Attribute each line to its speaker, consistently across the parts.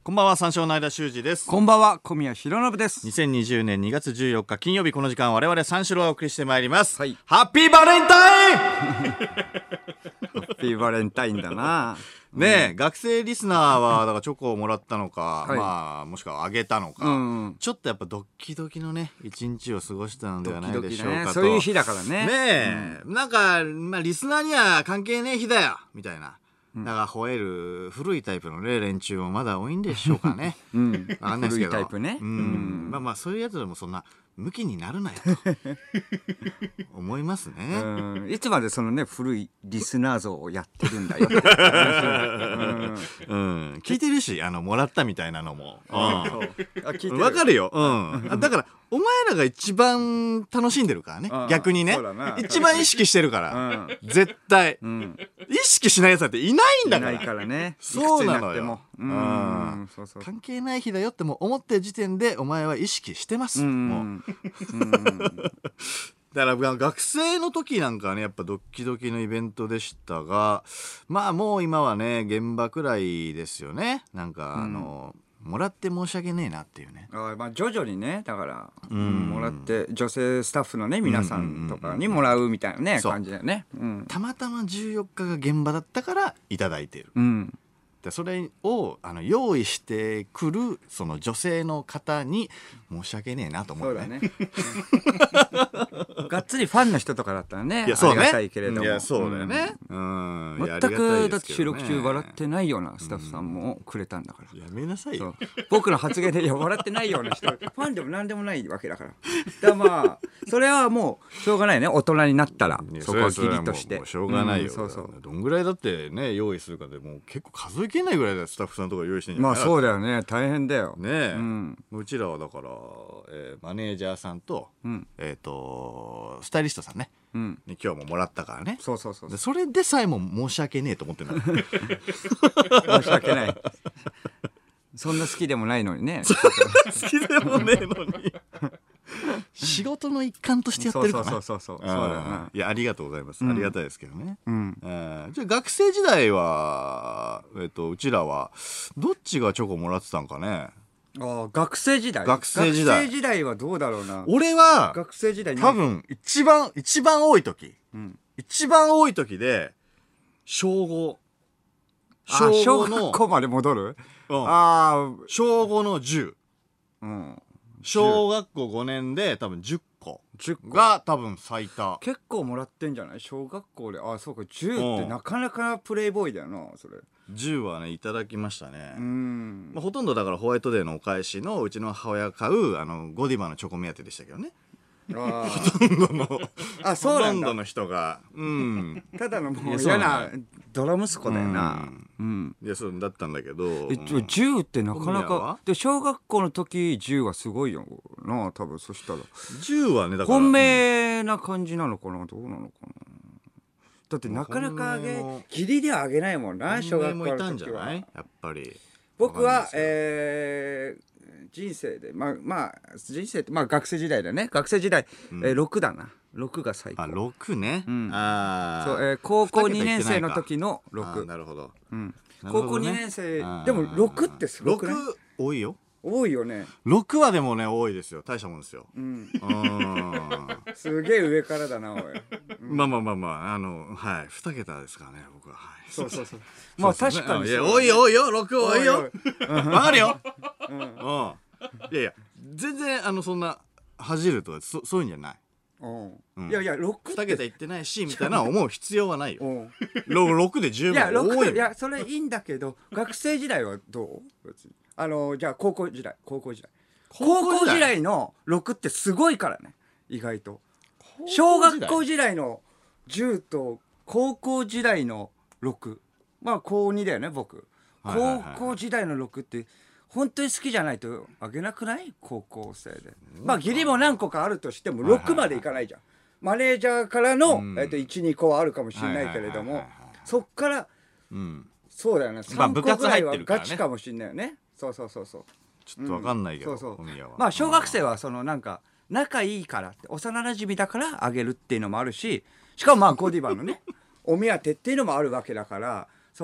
Speaker 1: こんばんは、三照の間修二です。
Speaker 2: こんばんは、小宮浩信です。
Speaker 1: 2020年2月14日金曜日、この時間我々三四郎をお送りしてまいります、
Speaker 2: はい、
Speaker 1: ハッピーバレンタイン
Speaker 2: ハッピーバレンタインだな
Speaker 1: ねえ、学生リスナーはだからチョコをもらったのか、
Speaker 2: はい、
Speaker 1: まあもしくはあげたのか、ちょっとやっぱドッキドキのね一日を過ごしたのではないでしょうかと。
Speaker 2: そういう日だからね。
Speaker 1: ねえ、なんか、まあ、リスナーには関係ねえ日だよみたいな、だから吠える古いタイプの、ね、連中もまだ多いんでしょうかね。分かんないですけど、
Speaker 2: 古いタイプね。
Speaker 1: まあまあそういうやつでもそんな向きになるなよと思いますね。
Speaker 2: いつまでそのね古いリスナー像をやってるんだよって
Speaker 1: 聞いてるし、もらったみたいなのもわかるよ、だからお前らが一番楽しんでるからね、逆にね、一番意識してるから、絶対、意識しないやつだっていないんだから。
Speaker 2: いないからね。
Speaker 1: そうなのよ。関係ない日だよっても思ってる時点でお前は意識してます。もうだから学生の時なんかね、やっぱドッキドキのイベントでしたが、まあもう今はね現場くらいですよね。なんかもらって申し訳ねえなっていうね。
Speaker 2: まあ徐々にね、だからもらって女性スタッフのね皆さんとかにもらうみたいなね感じだよね。
Speaker 1: たまたま14日が現場だったからいただいてる。でそれを用意してくるその女性の方に申し訳ねえなと思うね。
Speaker 2: がっつりファンの人とかだったらね、ありがたいけれども、
Speaker 1: いやそうだよね。
Speaker 2: 全くだって収録中笑ってないようなスタッフさんもくれたんだから。
Speaker 1: やめなさいよ。
Speaker 2: 僕の発言でいや笑ってないような人ファンでも何でもないわけだから。だからまあそれはもうしょうがないね。大人になったらそこは義理として
Speaker 1: しょうがないよ。どんぐらいだってね用意するかでもう結構数えきれないぐらいだスタッフさんとか用意してんじゃない。
Speaker 2: まあそうだよね、大変だよ
Speaker 1: ね。うちらはだからマネージャーさんとスタイリストさんねに今日ももらったからね。それでさえも申し訳ねえと思ってんだ
Speaker 2: 申し訳ない。そんな好きでもないのにね。
Speaker 1: 好きでもねえのに仕事の一環としてやってるから。そうだな。いやありがとうございます、ありがたいですけどね。じゃあ学生時代はうちらはどっちがチョコもらってたんかね。
Speaker 2: 学生時代はどうだろうな。
Speaker 1: 俺は
Speaker 2: 学生時代
Speaker 1: 多分一番多い時、一番多い時で小5
Speaker 2: 小学校まで戻る。
Speaker 1: 小5の10、小学校5年で多分10個が多分最多。
Speaker 2: 結構もらってんじゃない、小学校で。そうか、10ってなかなかプレイボーイだよな。それ
Speaker 1: 10はねいただきましたね。ほとんどだからホワイトデーのお返しのうちの母親が買うゴディバのチョコ目当てでしたけどね。ほとんどの人が
Speaker 2: ただのもう嫌なドラ息子だよな。
Speaker 1: いやそうだったんだけど、
Speaker 2: 10ってなかなかで、小学校の時10はすごいよな多分。そしたら
Speaker 1: 10はねだから
Speaker 2: 本命な感じなのかな、どうなのかな。だってなかなか義理ではあげないもんな、小学校の時は。
Speaker 1: いたんじゃないやっぱり。
Speaker 2: 僕は人生で人生って学生時代だね。学生時代6だな。6が最高。
Speaker 1: 6ね。
Speaker 2: 高校2年生の時の6。
Speaker 1: なるほど。
Speaker 2: 高校2年生でも6ってすごくない？
Speaker 1: 6 多いよ。
Speaker 2: 多いよね。
Speaker 1: 6はでもね多いですよ。大したもんですよ。
Speaker 2: すげえ上からだなおい。
Speaker 1: まあはい2桁ですからね僕は。
Speaker 2: そうまあ確かに
Speaker 1: 多いよ6多いよ。わかるよ。いや全然そんな恥じるとかそういうんじゃない。いや2桁いってないしみたいな思う必要はないよ。6で十分多い。
Speaker 2: いやそれいいんだけど、学生時代はどう？じゃあ高校時代の6ってすごいからね、意外と。小学校時代の10と高校時代の6、まあ高2だよね僕。高校時代の6って本当に好きじゃないとあげなくない？高校生で。まあ義理も何個かあるとしても6までいかないじゃん。マネージャーからの1、2個はあるかもしれないけれども、そっからそうだよね、3個ぐらいはガチかもしれないよね。そうちょっ
Speaker 1: と分かんないけど、
Speaker 2: まあ小学生はそのなんか仲いいからって幼馴染だからあげるっていうのもあるし、しかもまあゴディバのねお目当てっていうのもあるわけだから、そう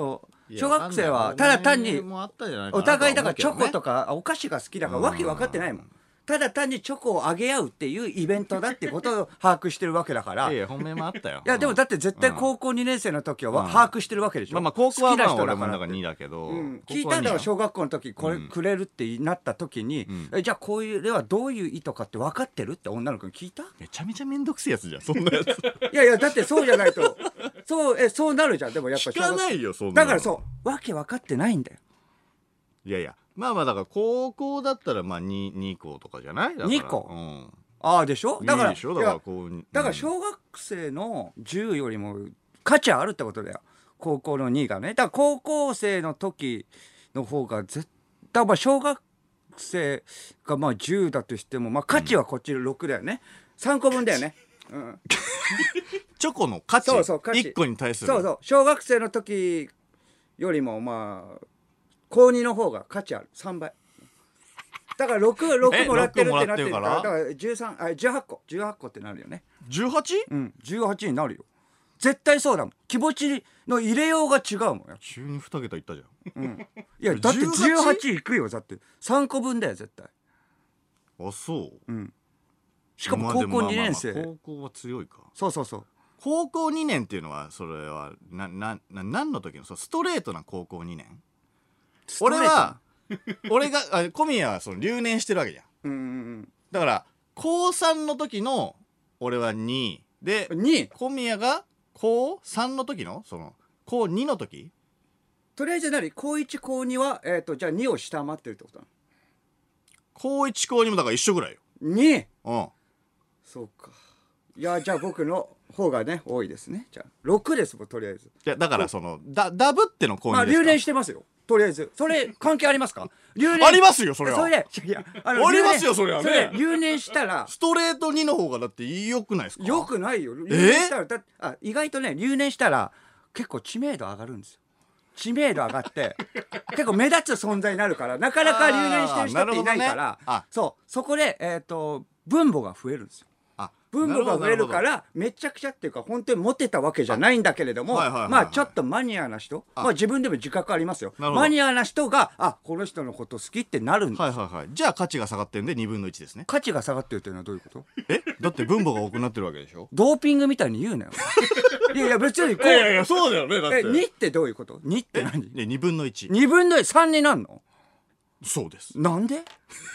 Speaker 2: 小学生はただ単にお互いだからチョコとかお菓子が好きだからわけ分かってないもん。ただ単にチョコをあげ合うっていうイベントだってことを把握してるわけだから。
Speaker 1: いや本命もあったよ。
Speaker 2: いやでもだって絶対高校2年生の時は把握してるわけでしょ。
Speaker 1: まあ高校は俺もだから2だけど、
Speaker 2: 聞いたんだから小学校の時これくれるってなった時に、じゃあこういうではどういう意図かって分かってるって女の子に聞いた。
Speaker 1: めちゃめちゃめんどくせえやつじゃんそんなやつ。
Speaker 2: いやいやだってそうじゃないとそうなるじゃん。でもやっぱ
Speaker 1: 聞かないよそんな。
Speaker 2: だからそうわけ分かってないんだよ。
Speaker 1: いやいやまあだから高校だったらまあ 2校とかじゃない。
Speaker 2: 2校、ああでしょ。だから
Speaker 1: だ
Speaker 2: から小学生の10よりも価値あるってことだよ高校の2がね。だから高校生の時の方が絶対まあ小学生がまあ10だとしてもまあ価値はこっちの6だよね、3個分だよね。
Speaker 1: チョコの価値1個に対する
Speaker 2: 小学生の時よりもまあ高2の方が価値ある3倍だから 6もらってるってなってるからだから18個ってなるよね。
Speaker 1: 18？
Speaker 2: うん18になるよ絶対そうだもん。気持ちの入れようが違うもんよ。
Speaker 1: 急に2桁いったじゃん、
Speaker 2: いやだって 18 いくよ。だって3個分だよ絶対。
Speaker 1: あそう、
Speaker 2: しかも高校2年生、
Speaker 1: 高校は強いか。
Speaker 2: そう
Speaker 1: 高校2年っていうのはそれは何の時のストレートな高校2年。俺が小宮は留年してるわけじゃん、だから高3の時の俺は2で小宮が高3の時の高2の時。
Speaker 2: とりあえず高1高2はじゃあ2を下回ってるってことなの。
Speaker 1: 高1高2もだから一緒ぐらいよ。
Speaker 2: 2？そうか。いやじゃあ僕の方がね多いですね。じゃあ6ですもんとりあえず。
Speaker 1: いやだからダブっての高2ですか。
Speaker 2: まあ留年してますよとりあえず。それ関係ありますか？留年
Speaker 1: ありますよそれは。
Speaker 2: それで
Speaker 1: ありますよそれはね。
Speaker 2: それ留年したら
Speaker 1: ストレート2の方がだって良くないですか？
Speaker 2: 良くないよ。留年したら意外とね留年したら結構知名度上がるんですよ。知名度上がって結構目立つ存在になるからなかなか留年してる人っていないから、そこで分母が増えるんですよ。分母が増えるからめちゃくちゃっていうか本当にモテたわけじゃないんだけれども、まあちょっとマニアな人、まあ自分でも自覚ありますよ。マニアな人がこの人のこと好きってなるんですよ。
Speaker 1: じゃあ価値が下がってるんで2分の1ですね。
Speaker 2: 価値が下がってるっていうのはどういうこと？
Speaker 1: だって分母が多くなってるわけでしょ。
Speaker 2: ドーピングみたいに言うなよ。いや別に
Speaker 1: いやそうだよね。だって
Speaker 2: 2ってどういうこと？ 2 って何
Speaker 1: ？2分の1。
Speaker 2: 2分の3になんの？
Speaker 1: そうです。
Speaker 2: なんで？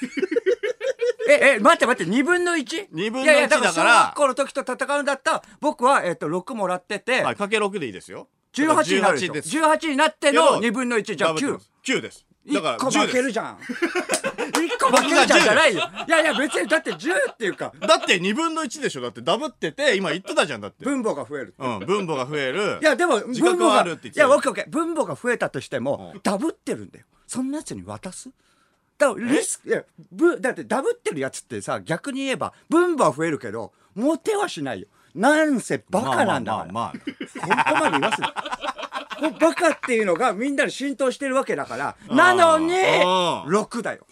Speaker 2: 待って2分の 1？2
Speaker 1: 分の1だから
Speaker 2: 小学校の時と戦うんだったら僕は6もらってて
Speaker 1: かけ6でいいですよ。
Speaker 2: 18になるでしょ。18になっての2分の1じゃあ9
Speaker 1: です。
Speaker 2: だから1個負けるじゃん。1個負けるじゃんじゃないよ。いや別にだって10っていうか
Speaker 1: だって2分の1でしょ。だってダブってて今言ってたじゃん。だって
Speaker 2: 分母が増える。
Speaker 1: 分母が増える。
Speaker 2: いやでも
Speaker 1: 自覚があるって言ってた。
Speaker 2: いやオッケー分母が増えたとしてもダブってるんだよ。そんなやつに渡す？だってダブってるやつってさ逆に言えば分母は増えるけどモテはしないよ。なんせバカなんだから。ここまで言わすな。バカっていうのがみんなに浸透してるわけだからなのに6だよ。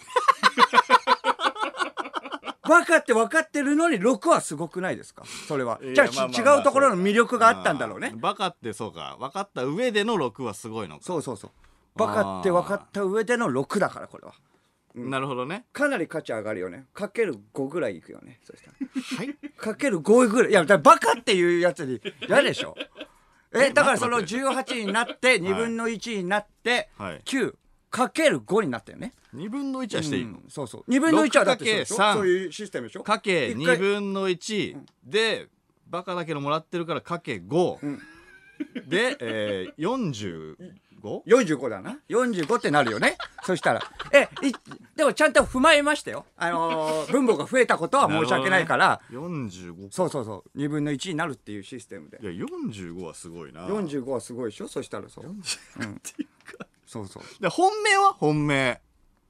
Speaker 2: バカって分かってるのに6はすごくないですか？それはじゃあ違うところの魅力があったんだろうね。
Speaker 1: バカってそうか分かった上での6はすごいのか。
Speaker 2: そうバカって分かった上での6だからこれは。
Speaker 1: なるほどね。
Speaker 2: かなり価値上がるよね。かける5ぐらいいくよね。そしたらかける5ぐらい。いやだバカっていうやつに嫌でしょ。だからその18になって2分の1になって9かける5になったよね。
Speaker 1: 2分の1はしていいの？そう
Speaker 2: 2分の1はだってそういうシステムでしょ。
Speaker 1: かけ2分の1でバカだけどもらってるからかけ5で45
Speaker 2: だな。45ってなるよね。そしたらでもちゃんと踏まえましたよ。分母が増えたことは申し訳ないから
Speaker 1: 45。
Speaker 2: そう2分の1になるっていうシステムで。
Speaker 1: いや45はすごいな。
Speaker 2: 45はすごいでしょ。そしたらそう
Speaker 1: 45っていうか
Speaker 2: そう
Speaker 1: で本命は本命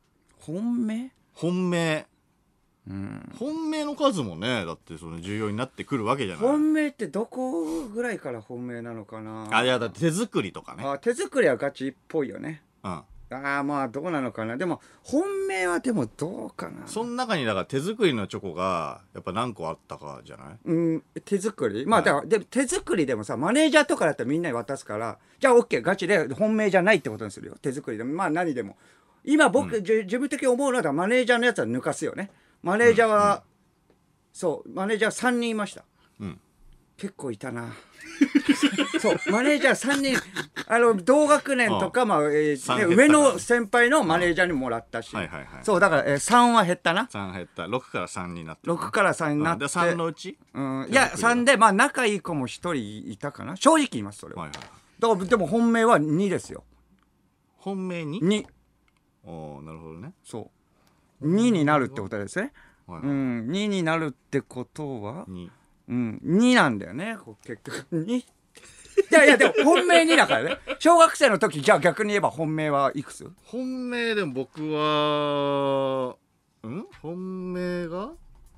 Speaker 1: 本命の数もねだって重要になってくるわけじゃない。
Speaker 2: 本命ってどこぐらいから本命なのかな。
Speaker 1: いやだって手作りとかね。
Speaker 2: 手作りはガチっぽいよね。 ああまあどうなのかな。でも本命はでもどうかな。
Speaker 1: その中にだから手作りのチョコがやっぱ何個あったかじゃない？
Speaker 2: うん、手作りまあだから、で手作りでもさマネージャーとかだったらみんなに渡すから、じゃあ OK ガチで本命じゃないってことにするよ。手作りでもまあ何でも今僕、自分的に思うのはマネージャーのやつは抜かすよね。マネージャーは、そうマネージャー3人いました、結構いたなそうマネージャー3人同学年とか、まあ上の先輩のマネージャーにもらったし、そうだから、3は減ったな。
Speaker 1: 3減った。6から3になって、
Speaker 2: 6から3になって、
Speaker 1: 3のうち、
Speaker 2: いや3でまあ仲いい子も1人いたかな、正直言いますそれは、だからでも本命は2ですよ。
Speaker 1: 本命に
Speaker 2: 2。
Speaker 1: おー、なるほどね。
Speaker 2: そう2になるってことですね。2になるってことは2なんだよね結局2。いやでも本命2だからね。小学生の時じゃあ逆に言えば本命はいくつ？
Speaker 1: 本命でも僕は本命は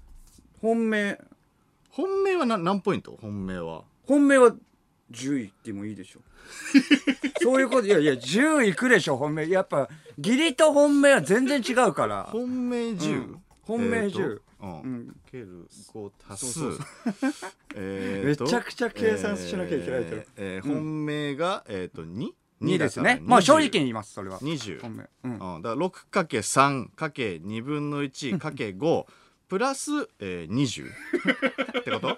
Speaker 1: 何ポイント？本命は
Speaker 2: 10いってもいいでしょそういうこと。いや10いくでしょ本命。やっぱ義理と本命は全然違うから。
Speaker 1: 本命 10？
Speaker 2: 本命10
Speaker 1: かける5足す
Speaker 2: めちゃくちゃ計算しなきゃいけないけど、
Speaker 1: 本命が2
Speaker 2: ですね。まあ正直に言います。それは
Speaker 1: 20。
Speaker 2: 本命、
Speaker 1: だから 6×3×2 分の 1×5 プラス20ってこと？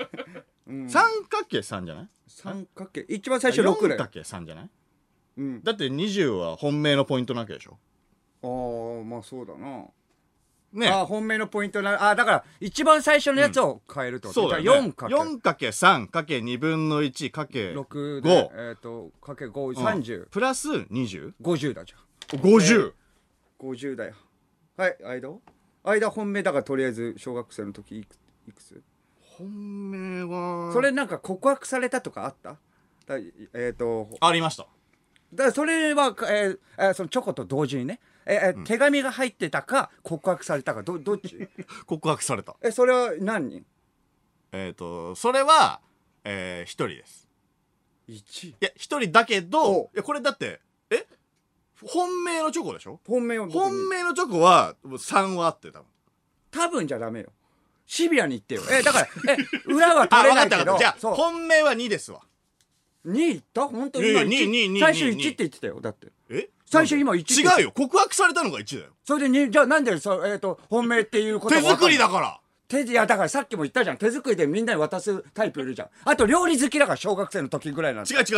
Speaker 1: 3×3 じゃない？
Speaker 2: 3× 一番最初6だよ。
Speaker 1: 4×3 じゃない？だって20は本命のポイントなわけでしょ。
Speaker 2: ああまあそうだな
Speaker 1: ね。
Speaker 2: 本命のポイントな。だから一番最初のやつを変えるってこと。
Speaker 1: そうだよね。4×3×2 分の 1×6
Speaker 2: でかけ5 30
Speaker 1: プラス 20？50
Speaker 2: だじゃん。
Speaker 1: 50
Speaker 2: だよ。はい間本命だからとりあえず小学生の時いくつ？
Speaker 1: 本命は
Speaker 2: それなんか告白されたとかあった？
Speaker 1: ありました。
Speaker 2: だからそれは、そのチョコと同時にね、手紙が入ってたか告白されたかどっち？
Speaker 1: 告白された。
Speaker 2: それは何人？
Speaker 1: それは1人です。
Speaker 2: 1？
Speaker 1: いや1人だけど、いやこれだって本命のチョコでしょ。本命のチョコは3はあって
Speaker 2: 多分じゃダメよ。シビアに言ってよ。だから裏は取れないけど。
Speaker 1: じゃあ本命は2ですわ。
Speaker 2: 2いった？本当に今最初1って言ってたよ。だって最初今1。
Speaker 1: 違うよ、告白されたのが1だよ。
Speaker 2: それでじゃあなんで本命っていうこと
Speaker 1: 手作りだから。
Speaker 2: いやだからさっきも言ったじゃん、手作りでみんなに渡すタイプいるじゃん。あと料理好きだから小学生の時ぐらいなんで。
Speaker 1: 違う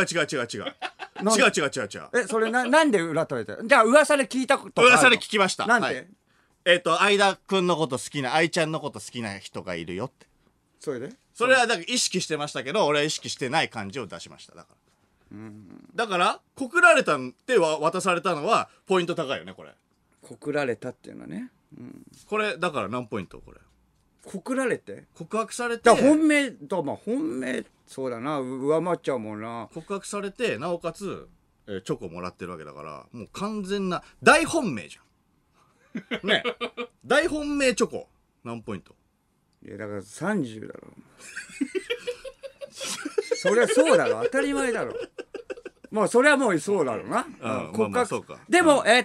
Speaker 2: それなんで裏取れた？じゃあ噂で聞いたことあるの？
Speaker 1: 噂で聞きました。
Speaker 2: なんで？
Speaker 1: 相田くんのこと好きな、愛ちゃんのこと好きな人がいるよって。
Speaker 2: それ
Speaker 1: はだから意識してましたけど、俺は意識してない感じを出しました。だから告られたって渡されたのはポイント高いよね。これ
Speaker 2: 告られたっていうのはね、
Speaker 1: これだから何ポイント？これ
Speaker 2: 告られて
Speaker 1: 告白されて、
Speaker 2: 本命そうだな、上回っちゃうもんな。
Speaker 1: 告白されてなおかつ、チョコもらってるわけだから、もう完全な大本命じゃんね。大本命チョコ何ポイント？
Speaker 2: いやだから30だろそりゃそうだろ、当たり前だろ。まあそれはもうそうだろうな。告白でもね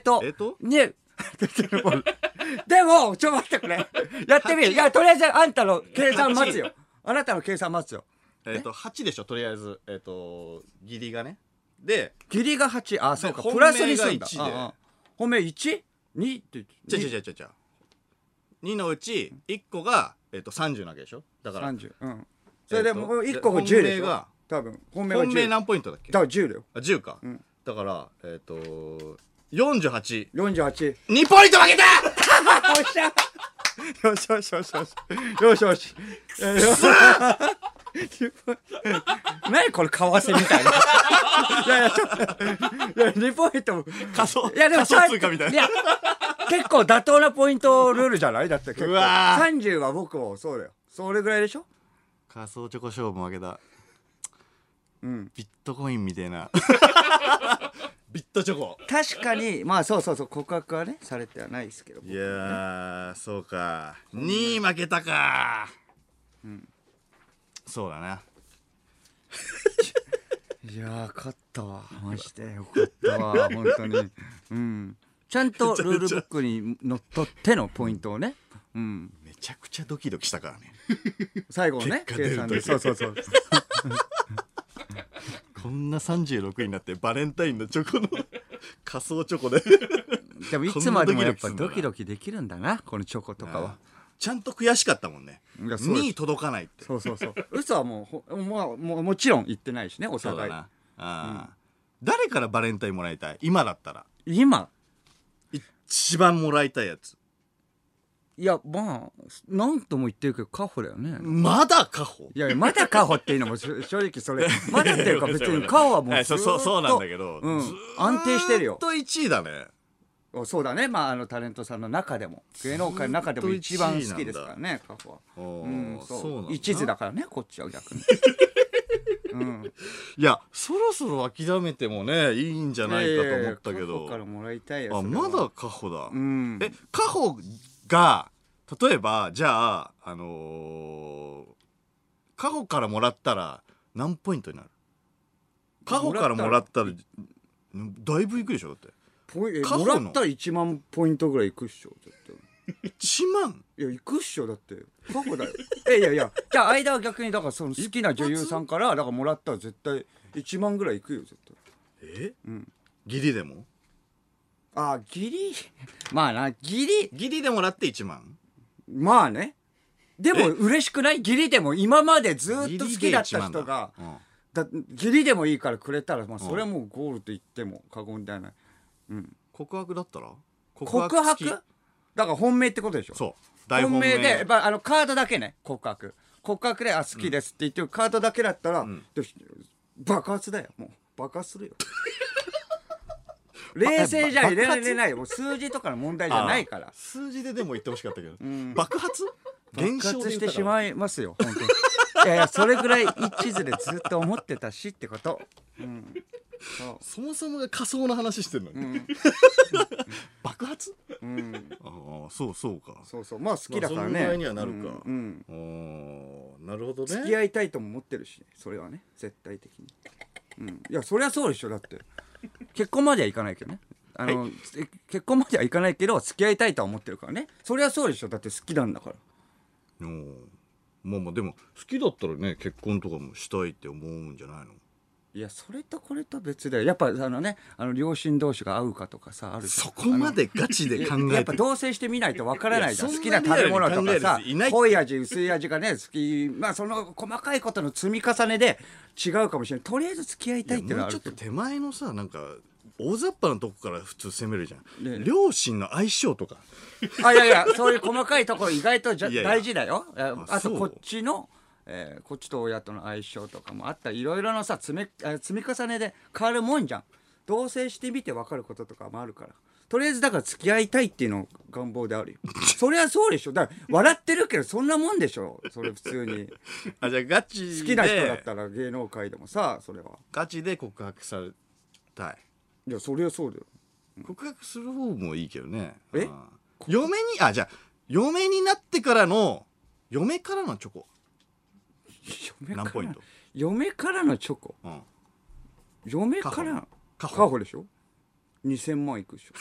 Speaker 2: でもちょっと待ってくれやってみる。いやとりあえずあんたの計算待つよ。あなたの計算待つよ。
Speaker 1: 8でしょとりあえず。義理がね。で
Speaker 2: 義理が8。あそうか、プラスにすんだ。本命 1？2 って
Speaker 1: 違う2のうち1個が30なわけでしょ。だから
Speaker 2: 30。それでもう1個が10でしょ。多分本命は10。
Speaker 1: 本命何ポイントだっけ？
Speaker 2: だから10だよ。
Speaker 1: 10か。だから48。
Speaker 2: 2
Speaker 1: ポイント負けた
Speaker 2: よし何これ為替みたいな。いやちょっと2ポイント
Speaker 1: 仮想通貨みたいな。
Speaker 2: いや結構妥当なポイントルールじゃない？だって結構
Speaker 1: うわ
Speaker 2: 30は僕もそうだよ。それぐらいでしょ。
Speaker 1: 仮想チョコ勝負負けた。ビットコインみたいなビットチョコ。
Speaker 2: 確かにまあそう告白はねされてはないですけど。
Speaker 1: いやーそうか、2位負けたか。そうだな。
Speaker 2: いやー勝っったわマジでよかったわ本当に、うん、ちゃんとルールブックにのっとってのポイントをね、うん、
Speaker 1: めちゃくちゃドキドキしたからね
Speaker 2: 最後のね計算でそう
Speaker 1: こんな36になってバレンタインのチョコの仮想チョコで
Speaker 2: でもいつまでもやっぱドキドキできるんだなこのチョコとかは。
Speaker 1: ちゃんと悔しかったもんね。2位届かないって。
Speaker 2: そう嘘はもちろん言ってないしねお互い。そうだ
Speaker 1: な、誰からバレンタインもらいたい今だったら。
Speaker 2: 今
Speaker 1: 一番もらいたいやつ。
Speaker 2: いやまあ何とも言ってるけどカホだよね。
Speaker 1: まだカホ。
Speaker 2: いやまだカホっていうのも正直それまだっていうか別にカホはもうずっと
Speaker 1: そうなんだけど、
Speaker 2: 安定してるよ。
Speaker 1: ずっと1位だね。
Speaker 2: そうだね、まあタレントさんの中でも芸能界の中でも一番好きですからねカホは。そう一途だからねこっちは逆に。
Speaker 1: いやそろそろ諦めてもねいいんじゃないかと思ったけど、
Speaker 2: カホからもらいたいやつ。
Speaker 1: まだカホだ。カホが例えばじゃあカホからもらったら何ポイントになる？カホからもらったらだいぶいくでしょだって。
Speaker 2: もらったら1万ポイントぐらいいくっしょ絶
Speaker 1: 対。1万？
Speaker 2: いやいくっしょだってカホだよ。いやじゃあ間は逆にだからその好きな女優さんからだからもらったら絶対1万ぐらいいくよ絶対。
Speaker 1: ギリでも？
Speaker 2: ギリまあなギ
Speaker 1: リでもらって1万？
Speaker 2: まあね。でも嬉しくない？ギリでも今までずっと好きだった人がギリでもいいからくれたら、まあ、それはもうゴールと言っても過言ではない。
Speaker 1: 告白だったら？
Speaker 2: 告白だから本命ってことでしょ。
Speaker 1: そう
Speaker 2: 本命でカードだけね。告白で好きですって言ってるカードだけだったら、爆発だよ。もう爆発するよ。冷静じゃいられないよ。もう数字とかの問題じゃないから。
Speaker 1: 数字ででも言ってほしかったけど、爆発
Speaker 2: してしまいますよ本当に。いやそれぐらい一途でずっと思ってたしってこと。
Speaker 1: そもそもが仮想の話してるのに、爆発？そうか。
Speaker 2: そうまあ好きだからね。
Speaker 1: そのぐらいにはなるか。なるほどね。
Speaker 2: 付き合いたいとも思ってるしそれはね絶対的に。いやそりゃそうでしょ。だって結婚まではいかないけどね。結婚まではいかないけど付き合いたいとは思ってるからね。そりゃそうでしょ。だって好きなんだから。
Speaker 1: まあでも好きだったらね結婚とかもしたいって思うんじゃないの？
Speaker 2: いやそれとこれと別でやっぱ両親同士が合うかとかさある。
Speaker 1: そこまでガチで考えて
Speaker 2: やっぱ同棲してみないとわからないじゃん。好きな食べ物とかさ濃い味薄い味がね好き。まあその細かいことの積み重ねで違うかもしれない。とりあえず付き合いたいっていうのはあるけど、
Speaker 1: もうちょっと手前のさなんか大雑把なとこから普通攻めるじゃん、両親の相性とか。
Speaker 2: いやそういう細かいところ意外と大事だよ。あとこっちのこっちと親との相性とかもあったりいろいろなさ積み重ねで変わるもんじゃん。同棲してみて分かることとかもあるからとりあえずだから付き合いたいっていうの願望であるよ。そりゃそうでしょ。だから笑ってるけどそんなもんでしょそれ普通に。
Speaker 1: じゃあガチで
Speaker 2: 好きな人だったら芸能界でもさそれは
Speaker 1: ガチで告白されたい。
Speaker 2: いやそりゃそうだよ。
Speaker 1: 告白する方もいいけどね。嫁にじゃあ嫁になってからの嫁からのチョコ何ポイント？
Speaker 2: 嫁からのチョコ、嫁からカホでしょ。2000万いくでしょ。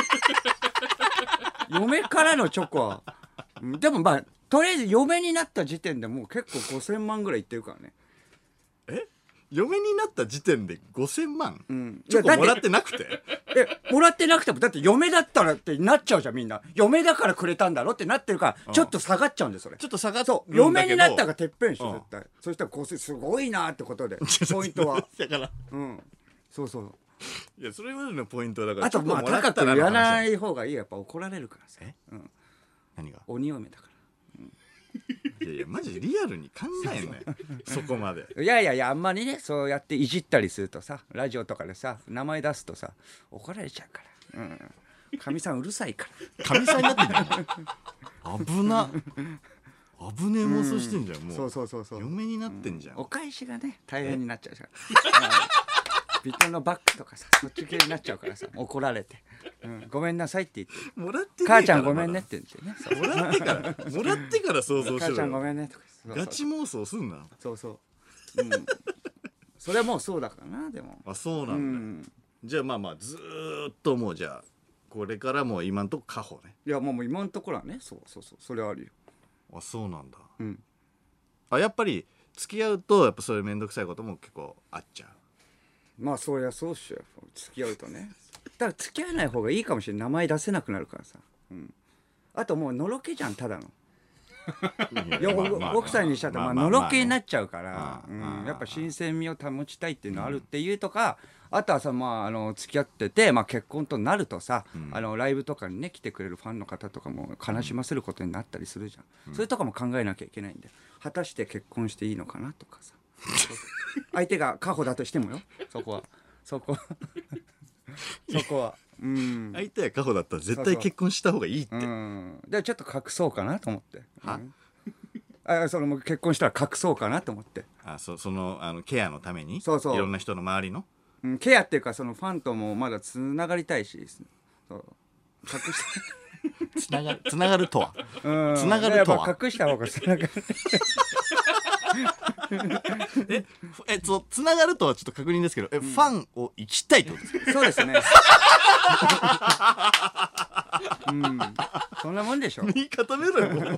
Speaker 2: 嫁からのチョコはでもまあとりあえず嫁になった時点でもう結構5000万ぐらいいってるからね。
Speaker 1: 嫁になった時点で5000万、チョコもらってなくて
Speaker 2: もらってなくてもだって嫁だったらってなっちゃうじゃんみんな。嫁だからくれたんだろってなってるからちょっと下がっちゃうんですそれ。
Speaker 1: ちょっと下がっ
Speaker 2: そう嫁になったがてっぺんでしょ絶対。そしたら5000すごいなってことでポイントは
Speaker 1: だから
Speaker 2: そう
Speaker 1: いやそれまでのポイントだから
Speaker 2: あとまあ高く言わない方がいい。やっぱ怒られるからさ。
Speaker 1: 何が
Speaker 2: 鬼嫁だから。
Speaker 1: いやマジリアルに考えんねそこまで。
Speaker 2: いやあんまりねそうやっていじったりするとさラジオとかでさ名前出すとさ怒られちゃうからかみさんうるさいから
Speaker 1: かみさんになってんじゃん危な危ねえ妄想してんじゃんもう。
Speaker 2: そう
Speaker 1: 嫁になってんじゃん。
Speaker 2: お返しがね大変になっちゃうじゃん。ビトンのバッグとかさそっち系になっちゃうからさ怒られて、ごめんなさいって言って
Speaker 1: もらって
Speaker 2: 母ちゃんごめんねって言ってね。
Speaker 1: もらってから想像しろよ。
Speaker 2: 母ちゃんごめんねとか
Speaker 1: ガチ妄想すんな。
Speaker 2: そうそれはもうそうだからな。でも
Speaker 1: あ、そうなんだ、じゃあまあまあずーっともうじゃあこれからもう今んとこ過去ね。
Speaker 2: いやもう今のところはね、そうそれはあるよ。
Speaker 1: あ、そうなんだ。
Speaker 2: うん
Speaker 1: あ、やっぱり付き合うとやっぱそういう面倒くさいことも結構あっちゃ
Speaker 2: まあそりゃそうっしょ。付き合うとね。だから付き合わない方がいいかもしれない。名前出せなくなるからさ。あともうのろけじゃん、ただの。
Speaker 1: う。
Speaker 2: いや、奥さんにしちゃったらまあのろけになっちゃうか
Speaker 1: ま
Speaker 2: ら、
Speaker 1: あ
Speaker 2: やっぱ新鮮味を保ちたいっていうのあるっていうとか、あとはさ、まあ付き合ってて、まあ、結婚となるとさ、ライブとかにね来てくれるファンの方とかも悲しませることになったりするじゃん、それとかも考えなきゃいけないんで、果たして結婚していいのかなとかさ相手が過保だとしてもよ、そこはそこは
Speaker 1: 相手が過去だったら絶対結婚した方がいいって。
Speaker 2: でちょっと隠そうかなと思って、その結婚したら隠そうかなと思って、
Speaker 1: そのケアのために、
Speaker 2: そう
Speaker 1: いろんな人の周りの、
Speaker 2: ケアっていうかそのファンともまだつながりたいし、そう隠し
Speaker 1: つながるとはつながるとは
Speaker 2: やっぱ隠した方がつながる
Speaker 1: つながるとはちょっと確認ですけど、ファンを生きたいってことですか？
Speaker 2: そうですねそんなもんでしょ。
Speaker 1: 右固めろよ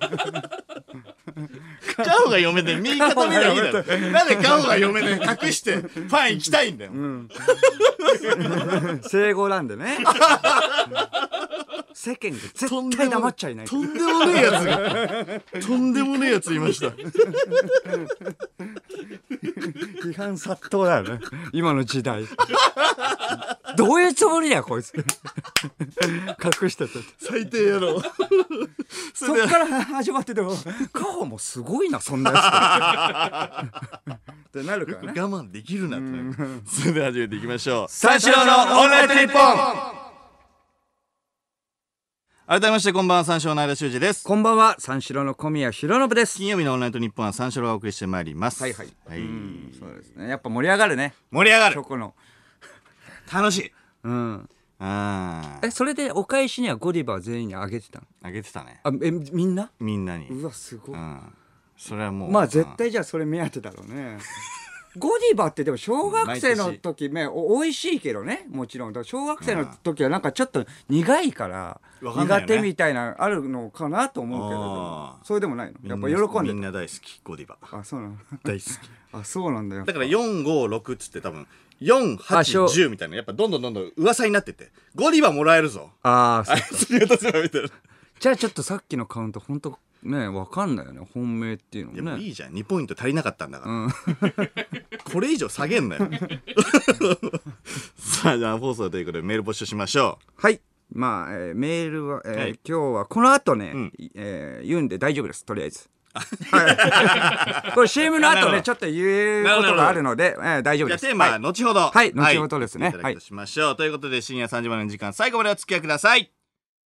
Speaker 1: カホが嫁で右固めりゃいいだろ。なんでカホが嫁で隠してファン行きたいんだよ、
Speaker 2: 生後なんでね世間が絶対黙っちゃいない。
Speaker 1: とんでもねえやつがとんでもねえやついました
Speaker 2: 批判殺到だよね今の時代どういうつもりやこいつ隠してて
Speaker 1: 最低やろ
Speaker 2: そっから始まっててもカホもすごいなそんなやつってなるからね。
Speaker 1: 我慢できるなってそれでは始めていきましょう。
Speaker 2: 三四郎のオールナイトニッポン。
Speaker 1: 改めましてこんばんは、三四郎の間修二です。
Speaker 2: こんばんは、三四郎の小宮浩信です。
Speaker 1: 金曜日のオールナイトニッポンは三四郎がお送りしてまいります。
Speaker 2: はい、そうですね。やっぱ盛り上がるね。
Speaker 1: 盛り上がる。
Speaker 2: チョコの
Speaker 1: 楽しい。
Speaker 2: それでお返しにはゴディバ全員にあげてたの？
Speaker 1: あげてたね。
Speaker 2: みんな？
Speaker 1: みんなに。
Speaker 2: うわすごい。
Speaker 1: それはもう
Speaker 2: まあ絶対じゃあそれ目当てだろうね。ゴディバってでも小学生の時美味しいけどね、もちろん。だから小学生の時はなんかちょっと苦いから苦手みたいなあるのかなと思うけど、それでもないの？やっぱ喜んで
Speaker 1: みんな大好きゴディバ。
Speaker 2: あ、そうなの？
Speaker 1: 大好き。
Speaker 2: あ、そうなんだよ。
Speaker 1: だから456っつって多分4、8、10みたいなやっぱどんどん噂になってて、ゴディバもらえるぞ。
Speaker 2: あ
Speaker 1: いつに渡せばみたいな。
Speaker 2: じゃあちょっとさっきのカウント本当ね分かんないよね、本命っていうのもね。
Speaker 1: でもいいじゃん、2ポイント足りなかったんだから、これ以上下げんなよさあじゃあ放送ということでメール募集しましょ
Speaker 2: う。はい、まあ、メールは、今日はこの後ね、言うんで大丈夫です、とりあえずこれ CM の後ねちょっと言うことがあるので、大丈夫です。
Speaker 1: じゃあテーマは後ほど、
Speaker 2: はい、後ほどですね。
Speaker 1: いただきとしましょう、ということで深夜3時までの時間、最後までお付き合いください。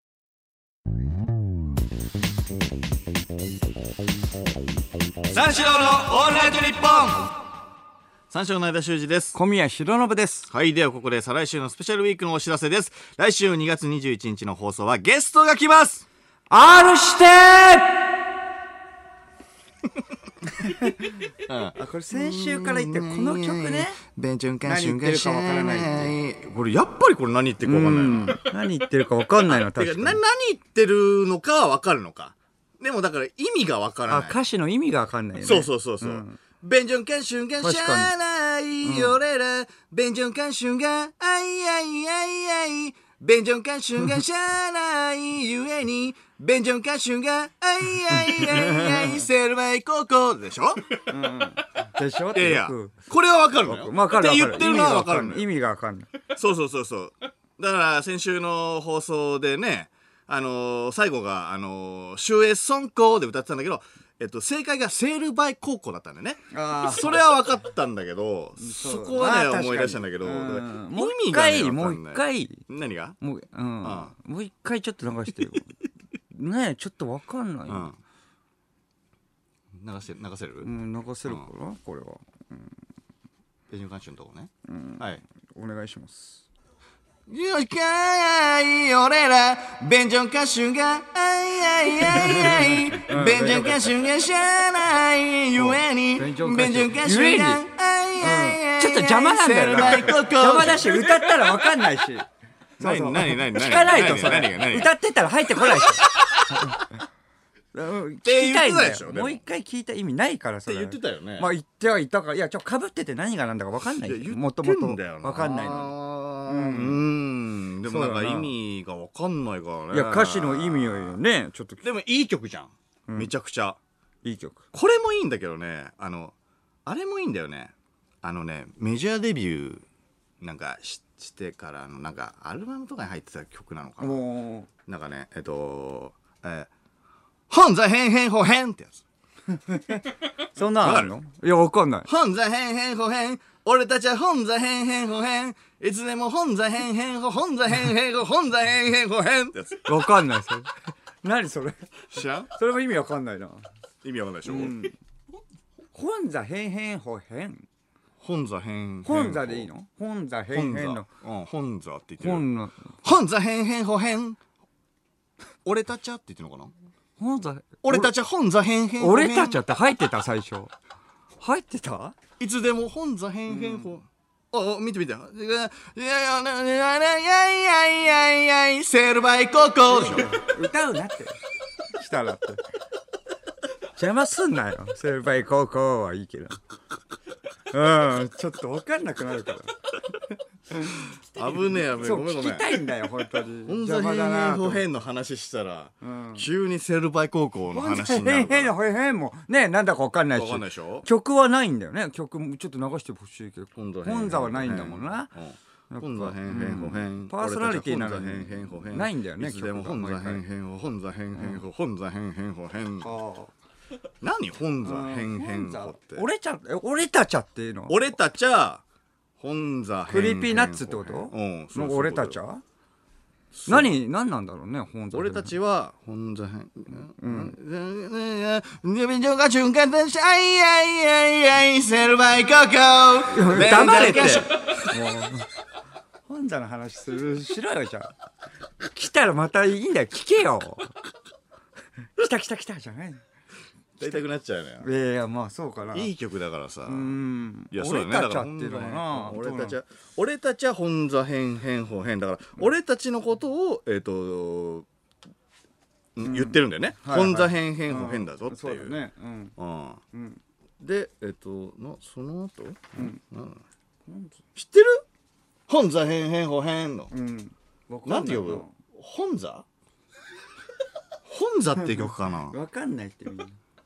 Speaker 1: 三四郎のオールナイトニッポン。三四郎の間修二です。
Speaker 2: 小宮浩信です。
Speaker 1: はい、ではここで再来週のスペシャルウィークのお知らせです。来週2月21日の放送はゲストが来ます。
Speaker 2: R してこれ先週から言ってこの曲ね、
Speaker 1: 何言って
Speaker 2: るかわからないって
Speaker 1: これやっぱりこれ何言ってるかわかんないな。
Speaker 2: 何言ってるかわかんないの。確かに
Speaker 1: 何言ってるのかはわかるのか。でもだから意味がわからない。
Speaker 2: 歌詞の意味がわかんないよね。
Speaker 1: そう、ベンジョンカンシュンがしゃあない俺ら、ベンジョンカンシュンがあいあいあいあい、ベンジョンカンシュンがしゃあないゆえに、ベンジョンカンシュンがあいあいあいあいセルバイ高校でしょ、
Speaker 2: でしょ。
Speaker 1: いやこれはわかるのよ。
Speaker 2: わかる。
Speaker 1: って言ってるのはわかるのよ。
Speaker 2: 意味がわかんない。
Speaker 1: そうだから先週の放送でね、最後がシュエソンコで歌ってたんだけど、正解がセールバイ高校だったんだよね。それは分かったんだけど、そこはね思い出したんだけど、
Speaker 2: もう一回
Speaker 1: 何が
Speaker 2: もう一回ちょっと流してよねえ、ちょっと分かんないよ。
Speaker 1: 流せる？
Speaker 2: 流せるかな、これは。
Speaker 1: ベンジョンカンシュンのとこね。はい、
Speaker 2: お願いします。
Speaker 1: よいかい俺らベンジョンカッシュがあいあいあいあい、ベンジョンカッシュがしゃあないゆえに、ベンジョンカッシュがあいあ
Speaker 2: ちょっと邪魔なんだよな。邪魔だし、歌ったらわかんないし。
Speaker 1: 何
Speaker 2: 聞かないとそれ。歌ってたら入ってこないし。聞きたいんだよ。もう一回聞いた意味ないからそれ。
Speaker 1: って言ってたよね。
Speaker 2: まあ言ってはいたから、いやかぶってて何がなんだかわかんない。もともとわかんないの
Speaker 1: に。でもなんか意味がわかんないからね。
Speaker 2: いや歌詞の意味をね、ちょっと。
Speaker 1: でもいい曲じゃん。めちゃくちゃ
Speaker 2: いい曲。
Speaker 1: これもいいんだけどね、あれもいいんだよね。メジャーデビューなんかしてからのなんかアルバムとかに入ってた曲なのかな。なんかね本座変変ほ変ってやつ。
Speaker 2: そんなんあるの？いやわかんない。
Speaker 1: 本座変変ほ変、俺たちは本座変変ほ変、いつでも本座変変ほ本座変変ほ本座変変ほ変ってやつ。
Speaker 2: わかんないそれ。何それ？
Speaker 1: 知らん？
Speaker 2: それも意味わかんないな。
Speaker 1: 意味わかんないでしょ。
Speaker 2: 本座変変ほ変。
Speaker 1: 本座変変。
Speaker 2: 本座でいいの？本座変変の。
Speaker 1: 本座って言ってる。本座変変ほ変。俺たちはって言ってるのかな。俺たちは本座変変。
Speaker 2: 俺たちはって入ってた最初。入ってた？
Speaker 1: いつでも本座変変ほ。見て見て。セールバイココでしょ。
Speaker 2: 歌うなって。したらって。邪魔すんなよ。セールバイココはいいけど。ちょっと分かんなくなるから。
Speaker 1: 危ねえ。ごめん。
Speaker 2: 聞きたいんだよ本当に。
Speaker 1: 本座変変ほ変の話したら、急にセールバイ高校の話になるから。
Speaker 2: 変変変もね、なんだか分かんないし。曲はないんだよね。曲もちょっと流してほしいけど。本座はないんだもんな。
Speaker 1: 本座変変ほ変。
Speaker 2: パーソナリティなの
Speaker 1: に
Speaker 2: ないんだよね。
Speaker 1: いつでも本座変変ほ本座変変ほ本座変変ほ変。何本座変変ほって。
Speaker 2: 俺たちゃっていうの？
Speaker 1: 俺たちゃ本座変変。
Speaker 2: クリーピーナッツってこと？俺たちは？何なんだろうね。本座。
Speaker 1: 俺たちは本座変。が瞬間でしあいあいあいあいセルバイココ。
Speaker 2: 黙れって。本座の話しろよじゃあ。来たらまたいいんだよ。聞けよ。来たじゃない。
Speaker 1: やりたくなっちゃうの
Speaker 2: よ。いやまあそうかな。
Speaker 1: いい曲だからさ。
Speaker 2: いやそうだね。俺たちゃっていうのかな。
Speaker 1: 俺たちは本座変変ほ変だから、俺たちのことを言ってるんだよね。本座変変ほ変だぞっていう。
Speaker 2: ね。
Speaker 1: でその後知ってる？本座変変ほ変の。なんて呼ぶ？本座？本座って曲かな。
Speaker 2: わかんないってみんな。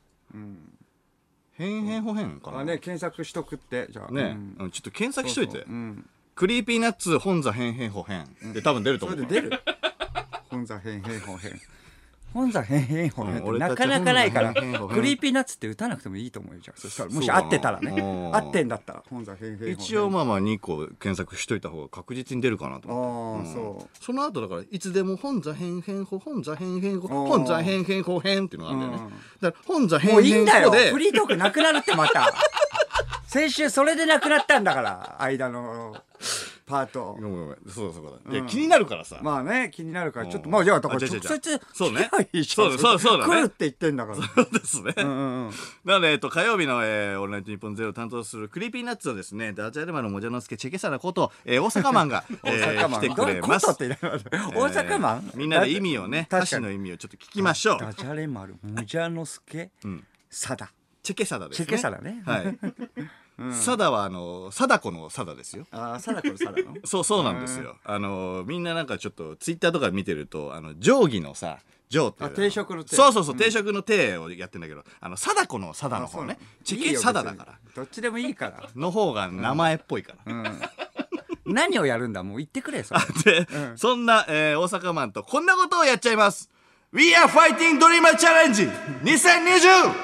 Speaker 1: 変変ほ変かな。
Speaker 2: 検索しとくってじゃあ
Speaker 1: ね。ちょっと検索しといて。クリーピーナッツ本座変変ほ変で多分出ると思う。
Speaker 2: それで出る。本座変変ほ変。本座変変ほ変ってなかなかないから、クリーピーナッツって歌わなくてもいいと思うよ。じゃあそしたらもし合ってたらね、合ってんだったら本座変変。
Speaker 1: 一応まあ2個検索しといた方が確実に出るかなと思って。その後だからいつでも本座変変ほ本座変変ほ本座変変ほ変っていうのがあるんだよね。だから本座変変ほでもういいんだよ。
Speaker 2: フリートークなくなるってまた。先週それでなくなったんだから間のパート。
Speaker 1: ごめんそうだ。いや気になるからさ。
Speaker 2: まあね気になるからちょっとまあじゃあだから直接
Speaker 1: そうね。
Speaker 2: そうだね。来るって言ってんだから。
Speaker 1: そうですね。なので火曜日のオールナイトニッポンゼロを担当するクリーピーナッツはですね、ダジャレマンのもじゃのすけチェケサラこと大阪マンが来てくれます。
Speaker 2: 大阪マン？
Speaker 1: みんなで意味をね、歌詞の意味をちょっと聞きましょう。
Speaker 2: ダジャレマンもじゃのすけサダ。
Speaker 1: チェケサダですね。
Speaker 2: チェケサダね。
Speaker 1: はい。サダは貞子のサダですよ。
Speaker 2: 貞子のサダの？
Speaker 1: そうなんですよ。みんななんかちょっとツイッターとか見てると定規のさ定って
Speaker 2: 定食の定。
Speaker 1: そう定食の定をやってんだけど、貞子のサダの方ね。チェケサダだから。
Speaker 2: どっちでもいいから。
Speaker 1: の方が名前っぽいから。
Speaker 2: 何をやるんだもう言ってくれそれ。
Speaker 1: でそんな大阪マンとこんなことをやっちゃいます。We are fighting Dreamer Challenge 2020。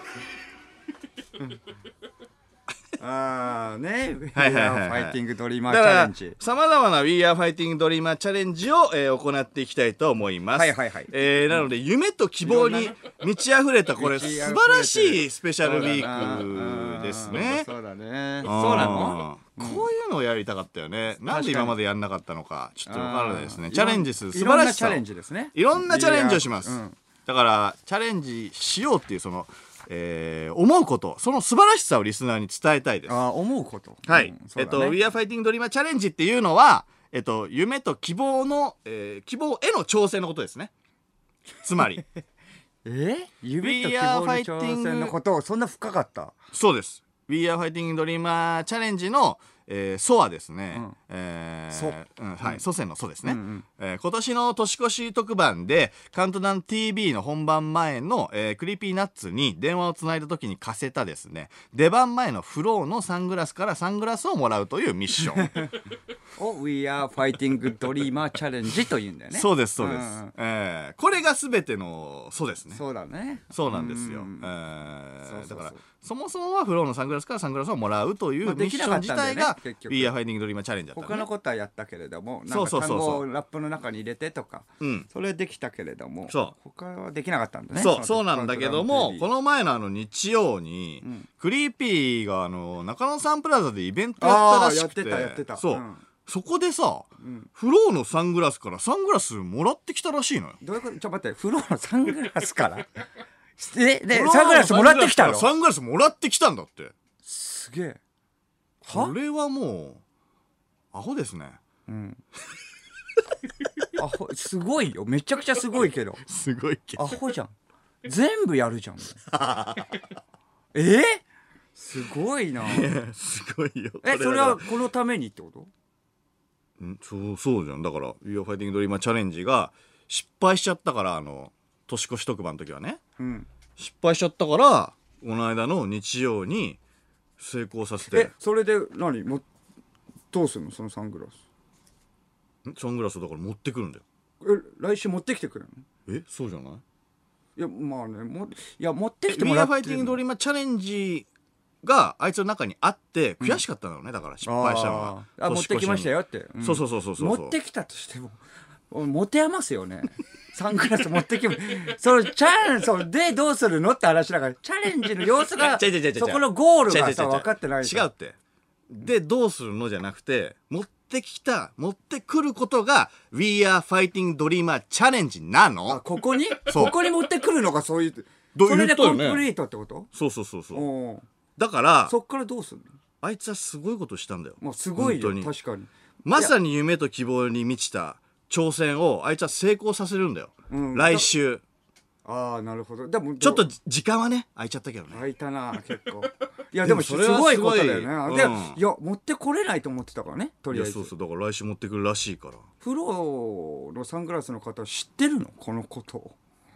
Speaker 2: ね、We are fighting Dreamer Challenge。
Speaker 1: さまざまな We are fighting Dreamer Challenge を行っていきたいと思います。なので夢と希望に満ち溢れたこれ素晴らしいスペシャルウィークですね。
Speaker 2: そうだね。そうなの？
Speaker 1: こういうのをやりたかったよね。なんで今までやんなかったのかちょっと分からないですね。チャレンジする素晴らしさ。いろんなチャレンジをします。だからチャレンジしようっていうその思うこと、その素晴らしさをリスナーに伝えたいです。
Speaker 2: 思うこと。
Speaker 1: はい。We are fighting dreamer challenge っていうのは、夢と希望の、希望への挑戦のことですね。つまり。
Speaker 2: 夢と希望の挑戦のことをそんな深かった？
Speaker 1: そうです。We are fighting dreamer challenge の祖はですね、祖先の祖ですね、今年の年越し特番でカウントダウン TV の本番前の、クリーピーナッツに電話をつないだ時に貸せたですね、出番前のフローのサングラスからサングラスをもらうというミッション
Speaker 2: を We are fighting dreamer challenge というんだよね。
Speaker 1: そうですそうです、これが全ての祖ですね。
Speaker 2: そうだね。
Speaker 1: そうなんですよ。だからそもそもはフローのサングラスからサングラスをもらうというミッション自体が We are fighting dreamer challenge だったね。
Speaker 2: 他のことはやったけれども、なんか単語をラップの中に入れてとか、それできたけれども、他はできなかったんだね。
Speaker 1: そうなんだけども、この前の日曜にクリーピーが中野サンプラザでイベントやったらしくて、
Speaker 2: やってた。
Speaker 1: そこでさ、フローのサングラスからサングラスもらってきたらしいのよ。
Speaker 2: どういうこと？ちょっと待って、フローのサングラスからサングラスもらってきたの？
Speaker 1: サングラスもらってきたんだって。
Speaker 2: すげえ。
Speaker 1: これはもうアホですね。
Speaker 2: アホ、すごいよ。めちゃくちゃすごいけど。
Speaker 1: すごいけど。
Speaker 2: アホじゃん。全部やるじゃん。すごいな。
Speaker 1: すごいよ。
Speaker 2: それはこのためにってこと？
Speaker 1: そうじゃん。だから「We are fighting dreamer challenge」が失敗しちゃったから、年越し特番の時はね、失敗しちゃったから、この間の日曜に成功させて。
Speaker 2: それでどうするの？そのサングラス。
Speaker 1: サングラスだから持ってくるんだよ。
Speaker 2: 来週持ってきてくれる
Speaker 1: の？そうじゃない？
Speaker 2: いやまあね、持ってきてもらって。
Speaker 1: We are fighting dreamer challengeがあいつの中にあって悔しかったのね。だから失敗したのが、
Speaker 2: 持ってきましたよって、
Speaker 1: そう
Speaker 2: 持ってきたとしても持て余すよね。サングラス持ってきてそれでどうするのって話だから、チャレンジの様子がそこのゴールがさ分かってない。
Speaker 1: 違うって。でどうするのじゃなくて、持ってくることが We are fighting dreamer challenge なの。
Speaker 2: ここに持ってくるのがそういう、
Speaker 1: そ
Speaker 2: れでコンプリートってこと？
Speaker 1: そうだから
Speaker 2: そっからどうするの？
Speaker 1: あいつはすごいことしたんだよ。
Speaker 2: もうすごいよ。確かに
Speaker 1: まさに夢と希望に満ちた挑戦をあいつは成功させるんだよ、来週。
Speaker 2: なるほど。でも
Speaker 1: ちょっと時間はね空いちゃったけどね。
Speaker 2: 空いたな結構。いやでもすごいことだよね。いや持ってこれないと思ってたからね、とりあえず。
Speaker 1: そうだから来週持ってくるらしいから。
Speaker 2: フローのサングラスの方知ってるの？このことを。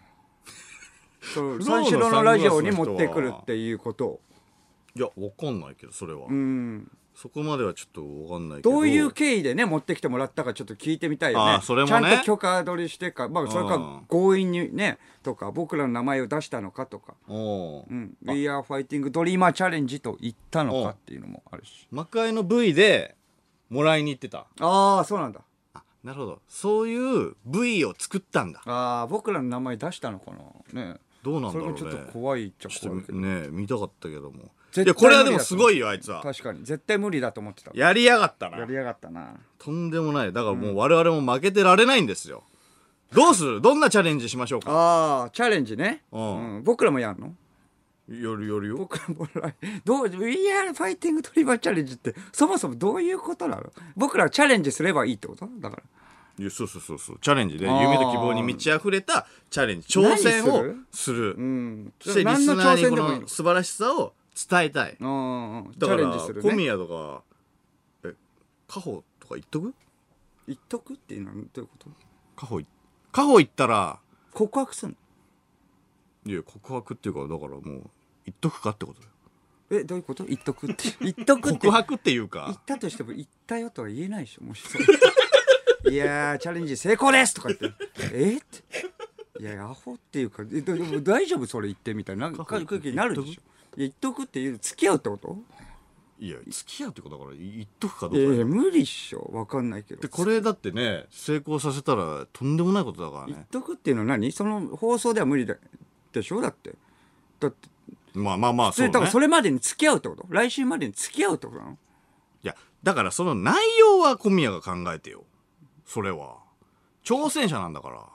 Speaker 2: 三四郎のラジオに持ってくるっていうことを。
Speaker 1: いやわかんないけど、それはそこまではちょっとわかんないけど、
Speaker 2: どういう経緯でね持ってきてもらったかちょっと聞いてみたいよね。
Speaker 1: それもね、
Speaker 2: ちゃんと許可取りしてか、それか強引にねとか、僕らの名前を出したのかとか、We are fighting dreamer challenge と言ったのかっていうのもあるし、
Speaker 1: 幕間の V でもらいに行ってた。
Speaker 2: そうなんだ。
Speaker 1: なるほど、そういう V を作ったんだ。
Speaker 2: 僕らの名前出したのかなね。
Speaker 1: どうなんだろうね。
Speaker 2: それもちょっと怖いっちゃ怖いけど
Speaker 1: ね。見たかったけども、いやこれはでもすごいよ、あいつは。
Speaker 2: 確かに絶対無理だと思ってた。
Speaker 1: やりやがったな。とんでもない。だからもう我々も負けてられないんですよ。どうする？どんなチャレンジしましょうか。
Speaker 2: チャレンジね。僕らもやるの？
Speaker 1: やるよ。
Speaker 2: 僕らもWe are fighting dreamer challenge ってそもそもどういうことなの？僕らはチャレンジすればいいってことだから。
Speaker 1: いやそうチャレンジで夢と希望に満ち溢れたチャレンジ、挑戦をする。そしてリスナーにこの素晴らしさを伝えたい。だから小宮とかカホとか言っとく
Speaker 2: っていうのはどういうこと？
Speaker 1: カホ言ったら
Speaker 2: 告白すんの？
Speaker 1: いや告白っていうか、だからもう言っとくかってこと
Speaker 2: だよ。どういうこと？言っとくって
Speaker 1: 告白っていうか、
Speaker 2: 言ったとしても言ったよとは言えないでしょ。もしそういやチャレンジ成功ですとか言っていやアホっていうか、でも大丈夫それ言ってみたいな空気になるでしょ。言っとくっていう付き合うってこと？
Speaker 1: いや付き合うってことだから言っとくかどうか。
Speaker 2: いや無理っしょ。分かんないけど。
Speaker 1: でこれだってね成功させたらとんでもないことだからね。
Speaker 2: 言っとくっていうのは何？その放送では無理でしょ。だって
Speaker 1: まあそうね。
Speaker 2: だからそれまでに付き合うってこと？来週までに付き合うってことなの？い
Speaker 1: やだからその内容は小宮が考えてよ。それは挑戦者なんだから。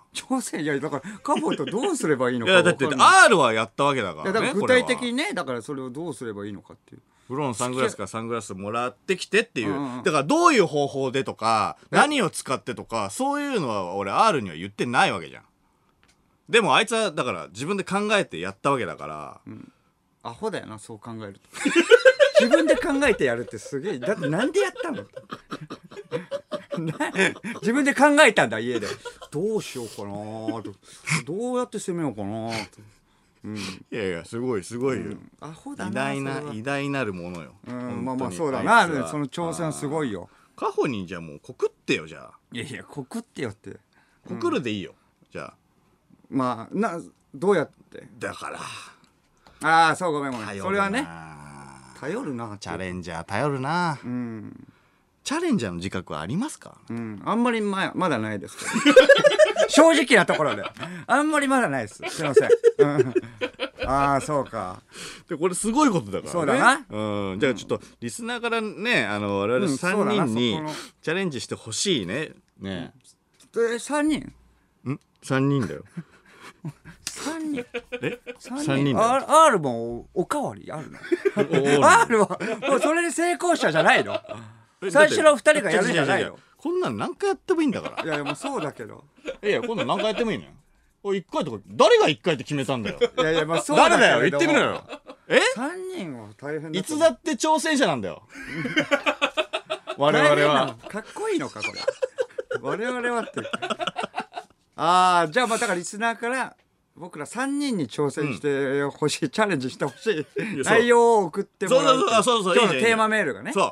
Speaker 2: 挑戦、いやだからカホとどうすればいいのか
Speaker 1: いやだって
Speaker 2: 分かんない。
Speaker 1: R はやったわけだか
Speaker 2: いや
Speaker 1: らね。
Speaker 2: だから具体的
Speaker 1: これは
Speaker 2: にね、だからそれをどうすればいいのかっていう。
Speaker 1: プロのサングラスからサングラスもらってきてっていう、
Speaker 2: うんうん
Speaker 1: だからどういう方法でとか何を使ってとかそういうのは俺 R には言ってないわけじゃん。でもあいつはだから自分で考えてやったわけだから、
Speaker 2: アホだよな、そう考えると。自分で考えてやるってすげえ。だってなんでやったの自分で考えたんだ、家で。どうしようかなと、どうやって攻めようかなと。
Speaker 1: いやいやすごいすごいよ、
Speaker 2: アホだな、
Speaker 1: 偉大な
Speaker 2: それは
Speaker 1: 偉大なるものよ、
Speaker 2: まあまあ
Speaker 1: 本当に
Speaker 2: そうだな、
Speaker 1: あいつは
Speaker 2: その挑戦はすごいよ。
Speaker 1: カホにじゃあもう告ってよ。じゃあ
Speaker 2: いやいや、告ってよって。
Speaker 1: 告るでいいよ、じゃあ。
Speaker 2: まあどうやって。
Speaker 1: だから
Speaker 2: ああそう、ごめんごめん、
Speaker 1: 頼るな
Speaker 2: それはね、頼るな。
Speaker 1: チャレンジャー頼るな、チャレンジャーの自覚はありますか？
Speaker 2: あんまりまだないですけど正直なところであんまりまだないです、すいません。ああそうか。
Speaker 1: でこれすごいことだからね。
Speaker 2: そうだな。
Speaker 1: じゃあちょっとリスナーからね我々3人にチャレンジしてほしいね。ね
Speaker 2: 3人
Speaker 1: 3人だよ。
Speaker 2: 3人
Speaker 1: え
Speaker 2: 3
Speaker 1: 3人だよ。
Speaker 2: R もおかわりあるのR はもうそれで成功者じゃないの最初の2人がやるんじゃないの。
Speaker 1: こんなん何回やってもいいんだから。
Speaker 2: いやいやもうそうだけど、
Speaker 1: いや今度何回やってもいいのよ。おい1回とか誰が1回って決めたんだよ。
Speaker 2: いやいやまあそうだけど
Speaker 1: 誰だよ言ってみろよ。
Speaker 2: 3人は大変だ。
Speaker 1: いつだって挑戦者なんだよ我々は。
Speaker 2: かっこいいのかこれ我々はってああじゃあまあだからリスナーから僕ら3人に挑戦してほしい、チャレンジしてほしい内容を送ってもらう。
Speaker 1: そう
Speaker 2: 今日のテーマメールがね。
Speaker 1: そう、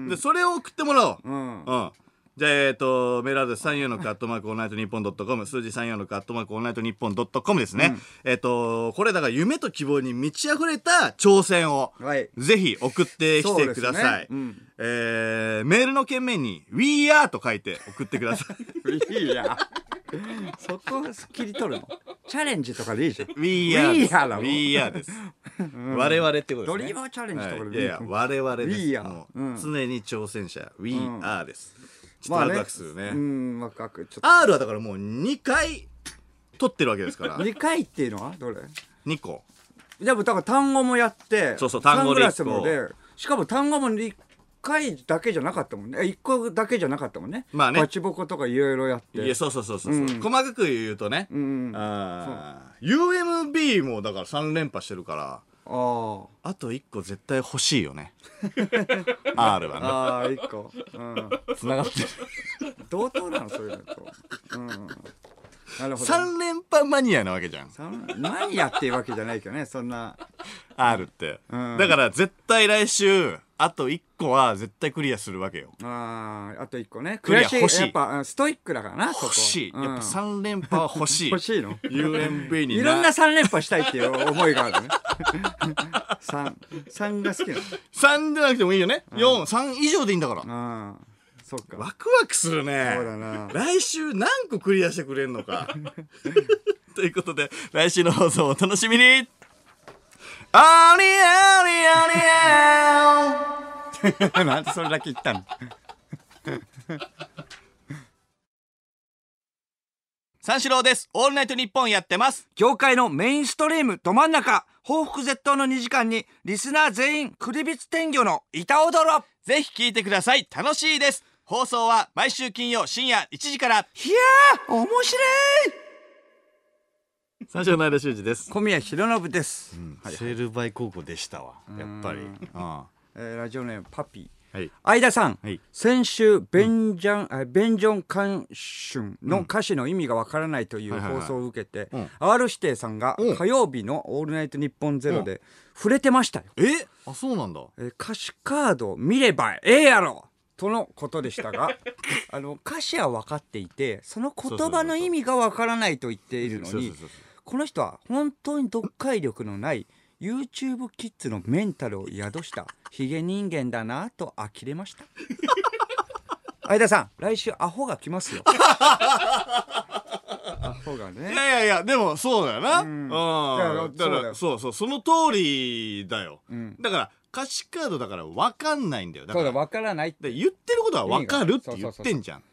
Speaker 1: でそれを送ってもらおう。
Speaker 2: うん
Speaker 1: じゃあメールアドレス34のカットマークオールナイトニッポンドットコム、数字34のカットマークオールナイトニッポンドットコムですね。これだから夢と希望に満ち溢れた挑戦を
Speaker 2: はい
Speaker 1: ぜひ送ってきてください。
Speaker 2: そうですね
Speaker 1: メールの件名に We are と書いて送ってください。
Speaker 2: いやそこ切り取るのチャレンジとかでいいじゃん。
Speaker 1: We are です
Speaker 2: We are なの
Speaker 1: We are です、我々ってことですね。
Speaker 2: ドリーマーチャレンジとかで
Speaker 1: いやいや我々です。
Speaker 2: We are
Speaker 1: もう常に挑戦者 We are です。ちょっと
Speaker 2: まあね
Speaker 1: ワクワクするね。
Speaker 2: ワクワクちょっと
Speaker 1: R はだからもう2回取ってるわけですから
Speaker 2: 2回っていうのはどれ。
Speaker 1: 2個。
Speaker 2: でもだから単語もやって
Speaker 1: そう単語で1個
Speaker 2: サングラスもで、しかも単語も1回だけじゃなかったもんね。1個だけじゃなかったもんね。
Speaker 1: まあね
Speaker 2: バチボコとかいろいろやって
Speaker 1: いやそう、細かく言うとね、UMB もだから3連覇してるからあと1個絶対欲しいよね。R はね。
Speaker 2: 1個
Speaker 1: つながってる。
Speaker 2: 同等なのそういうのと。なるほど。
Speaker 1: 3連覇マニアなわけじゃん。
Speaker 2: 何やっていうわけじゃないけどね、そんな
Speaker 1: R って、だから絶対来週あと1個は絶対クリアするわけよ。
Speaker 2: あと1個ね。
Speaker 1: クリア欲しい。
Speaker 2: やっぱストイックだからな。
Speaker 1: 欲しい、やっぱ3連覇は欲しい。
Speaker 2: 欲しいの
Speaker 1: UMB に
Speaker 2: いろんな3連覇したいっていう思いがあるね。3が好きなの。
Speaker 1: 3じゃなくてもいいよね。3以上でいいんだから。
Speaker 2: そっか。
Speaker 1: ワクワクするね。
Speaker 2: そうだな。
Speaker 1: 来週何個クリアしてくれんのか。ということで来週の放送をお楽しみに。ありありありあ
Speaker 2: なんでそれだけ言ったの。
Speaker 1: 三四郎です。オールナイトニッポンやってます。
Speaker 2: 業界のメインストリームど真ん中、報復絶倒の2時間にリスナー全員クリビツ天魚の板踊ろ。
Speaker 1: ぜひ聞いてください。楽しいです。放送は毎週金曜深夜1時から。いや
Speaker 2: ー面白い。
Speaker 1: 三四郎の間修二です。
Speaker 2: 小宮弘信です。
Speaker 1: セールバイ高校でしたわ。やっぱり。
Speaker 2: ラジオネームパピー。
Speaker 1: 相
Speaker 2: 田さん、先週ベンジョン・カンシュンの歌詞の意味がわからないという放送を受けて R 指定さんが火曜日のオールナイトニッポンゼロで触れてましたよ。
Speaker 1: あ、そうなんだ。
Speaker 2: 歌詞カード見ればええやろとのことでしたが歌詞は分かっていてその言葉の意味がわからないと言っているのに、この人は本当に読解力のないYouTube キッズのメンタルを宿したヒゲ人間だなと呆れました。相田さん、来週アホが来ますよ。アホがね。
Speaker 1: いやでもそうだよな。だからそうその通りだよ。だから歌詞カードだから分かんないんだよ。だから
Speaker 2: そうだ、分からないって
Speaker 1: 言ってることは分かるって言ってんじゃん。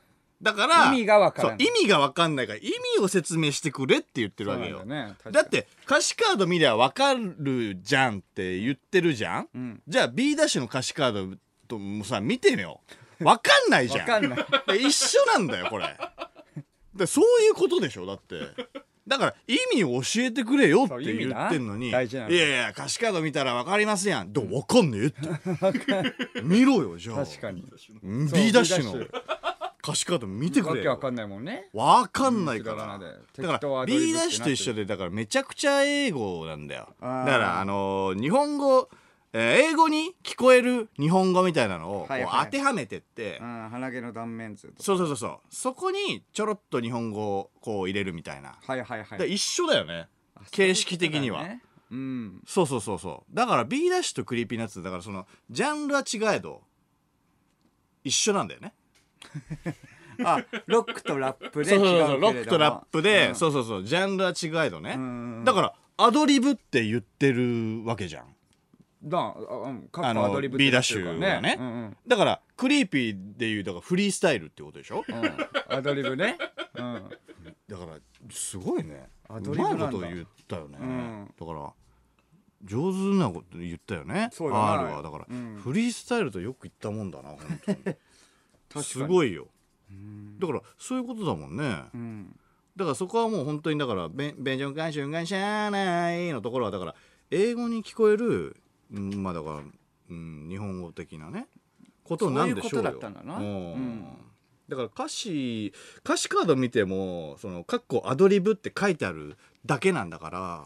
Speaker 1: だから
Speaker 2: 意味が分からない、
Speaker 1: 意味が分かんないから意味を説明してくれって言ってるわけよ、
Speaker 2: ね、
Speaker 1: だって歌詞カード見りゃ分かるじゃんって言ってるじゃん、うん、じゃあ B ダッシュの歌詞カードともさ見てみよう、分かんないじゃん
Speaker 2: 分かんない
Speaker 1: 一緒なんだよこれでそういうことでしょ。だってだから意味を教えてくれよって言ってんのに、いやいや歌詞カード見たら分かりますやん、でも分かんねえって見ろよじゃあ。
Speaker 2: 確かに
Speaker 1: B ダッシュの歌詞カード見てくれよ。
Speaker 2: わけわかんないもんね。
Speaker 1: わかんないから、だから B ダッシュと一緒で、だからめちゃくちゃ英語なんだよ。だから日本語、英語に聞こえる日本語みたいなのをこう当てはめてって、
Speaker 2: 鼻毛の断面図とか、
Speaker 1: そうそこにちょろっと日本語をこう入れるみたいな、一緒だよね形式的には。そうだから B ダッシュとクリーピーナッツだからそのジャンルは違えど一緒なんだよね
Speaker 2: ロックとラップで違うけれども、
Speaker 1: ロックとラップで、そうジャンルは違えどね、だからアドリブって言ってるわけじゃん。
Speaker 2: B ダッシュがね、
Speaker 1: だからクリーピーでいうだからフリースタイルってことでしょ、
Speaker 2: アドリブね、
Speaker 1: だからすごいね、うまいこと言ったよね、だから上手なこと言ったよね。 R はだから、フリースタイルとよく言ったもんだな本当にすごいよ。だからそういうことだもんね、だからそこはもう本当にだからベンジョンカンシュンガンシャーナイのところはだから英語に聞こえる、まあだから、日本語的なねことなんでしょうよ。そういうことだったんだな、だから歌詞カード見てもそのカッコアドリブって書いてあるだけなんだから、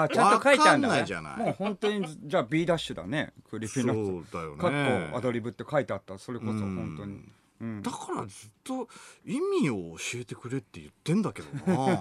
Speaker 2: ちゃんと書いてあるんだね。
Speaker 1: 分かんないじゃない。
Speaker 2: もう本当にじゃあ B ダッシュだね、クリピーナッツ。
Speaker 1: そうだよね。
Speaker 2: カッコアドリブって書いてあった、それこそ本当に。
Speaker 1: だからずっと意味を教えてくれって言ってんだけど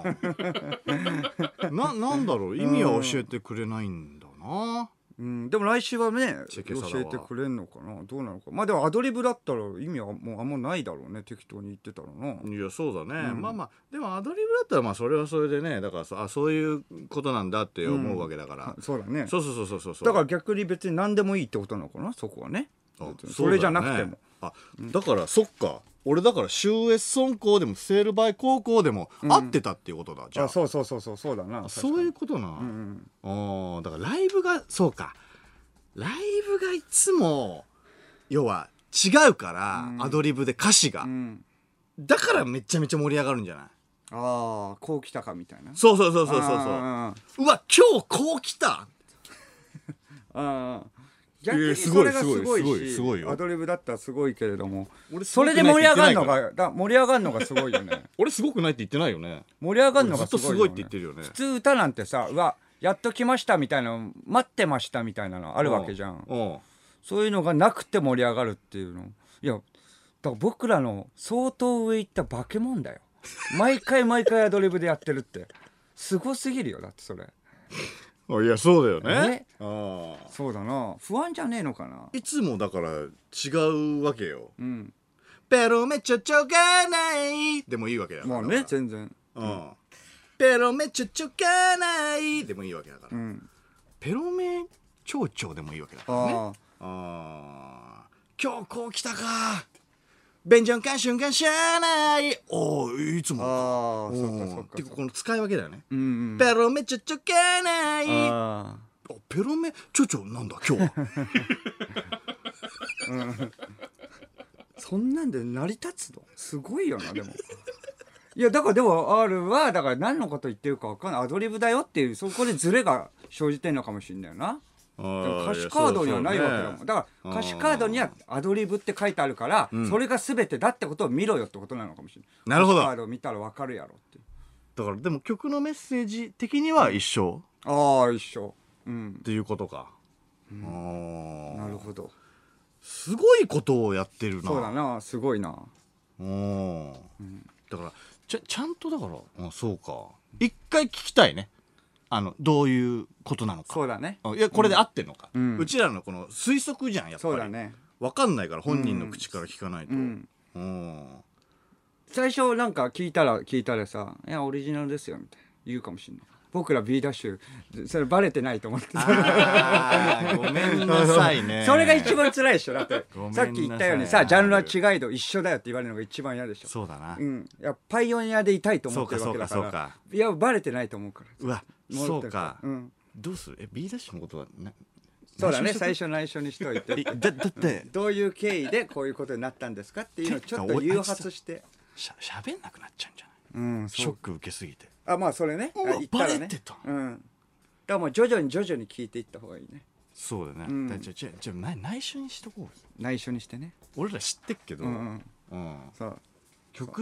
Speaker 1: ななんだろう、意味は教えてくれないんだな。
Speaker 2: でも来週はね教えてくれんのかな、どうなのか。まあでもアドリブだったら意味はもうあんまないだろうね、適当に言ってたらな。い
Speaker 1: やそうだね、まあでもアドリブだったらまあそれはそれでね、だからそういうことなんだって思うわけだから、
Speaker 2: そうだね。
Speaker 1: そう
Speaker 2: だから逆に別に何でもいいってことなのかな、そこはね。それじゃなくても、
Speaker 1: だからそっか、俺だから修越村高でもセールバイ高校でも合ってたっていうことだ、じゃあ。
Speaker 2: そうだな。
Speaker 1: そういうことな、だからライブがそうか、ライブがいつも要は違うから、アドリブで歌詞が、だからめちゃめちゃ盛り上がるんじゃない。
Speaker 2: こう来たかみたいな。
Speaker 1: そううわ今日こう来た
Speaker 2: 逆にそれがすごいし、アドリブだったらすごいけれども、それで盛り上がるのがすごいよね。
Speaker 1: 俺すごくないって言ってないよね。
Speaker 2: 盛り上がるのがすごいよね。ずっとすごいって
Speaker 1: 言ってるよね。
Speaker 2: 普通歌なんてさ、うわやっと来ましたみたいなの、待ってましたみたいなのあるわけじゃん。そういうのがなくて盛り上がるっていうの、いやだから僕らの相当上行った化け物だよ。毎回アドリブでやってるってすごすぎるよ。だってそれ
Speaker 1: いやそうだよね。
Speaker 2: そうだな、不安じゃねえのかな。
Speaker 1: いつもだから違うわけよ。ペロメチョチョがないでもいいわけだから。
Speaker 2: もうね全然。
Speaker 1: ペロメチョチョがないでもいいわけだから。ペロメチョチョでもいいわけだからね。今日こう来たか。ベンジョンカンシュンカンシャーナイ。いつもそっか。てかこの使い分けだよね。ペロメチョチョがない。ペロメチョチョなんだ今日は。
Speaker 2: そんなんで成り立つのすごいよな。でもいやだからでも R はだから何のこと言ってるか分かんない、アドリブだよっていう、そこでズレが生じてんのかもしれないな。歌詞カードにはないわけだもん。だから歌詞カードにはアドリブって書いてあるから、それが全てだってことを見ろよってことなのかもしれない。
Speaker 1: なるほど。
Speaker 2: 歌詞カードを見たら分かるやろって。
Speaker 1: だからでも曲のメッセージ的には一緒。
Speaker 2: 一緒。
Speaker 1: っていうことか。
Speaker 2: なるほど。
Speaker 1: すごいことをやってるな。
Speaker 2: そうだな、すごいな。
Speaker 1: だからちゃんとだからそうか。一回聞きたいね。どういうことなのか。
Speaker 2: そうだね。
Speaker 1: いやこれで合ってんのか。うちらのこの推測じゃんやっぱり。そうだね。分かんないから本人の口から聞かないと。
Speaker 2: 最初なんか聞いたらさ「いやオリジナルですよ」みたいな言うかもしれない。 僕ら B ダッシュそれバレてないと思ってた。
Speaker 1: ごめんなさいね。
Speaker 2: それが一番辛いでしょ。だって
Speaker 1: ごめんな
Speaker 2: さっき言ったようにさジャンルは違いど一緒だよって言われるのが一番嫌でしょ。
Speaker 1: そうだな。
Speaker 2: うん、いやパイオニアでいたいと思ってるわけだから。
Speaker 1: そうか
Speaker 2: いやバレてないと思うから。
Speaker 1: うわそうか、
Speaker 2: うん、
Speaker 1: どうするB ダッシュのことは
Speaker 2: そうだね、最初内緒にしといて
Speaker 1: だって
Speaker 2: どういう経緯でこういうことになったんですかっていうのをちょっと誘発して
Speaker 1: しゃべんなくなっちゃうんじゃない、
Speaker 2: うん、
Speaker 1: ショック受けすぎて。
Speaker 2: あまあそれね言ったらね
Speaker 1: バレてた、
Speaker 2: うん、だからもう徐々に聞いていった方がいいね。
Speaker 1: そうだね、
Speaker 2: うん、
Speaker 1: じゃあ内緒にしとこう。
Speaker 2: 内緒にしてね。
Speaker 1: 俺ら知ってっけど、
Speaker 2: うんうん、そう
Speaker 1: 曲って、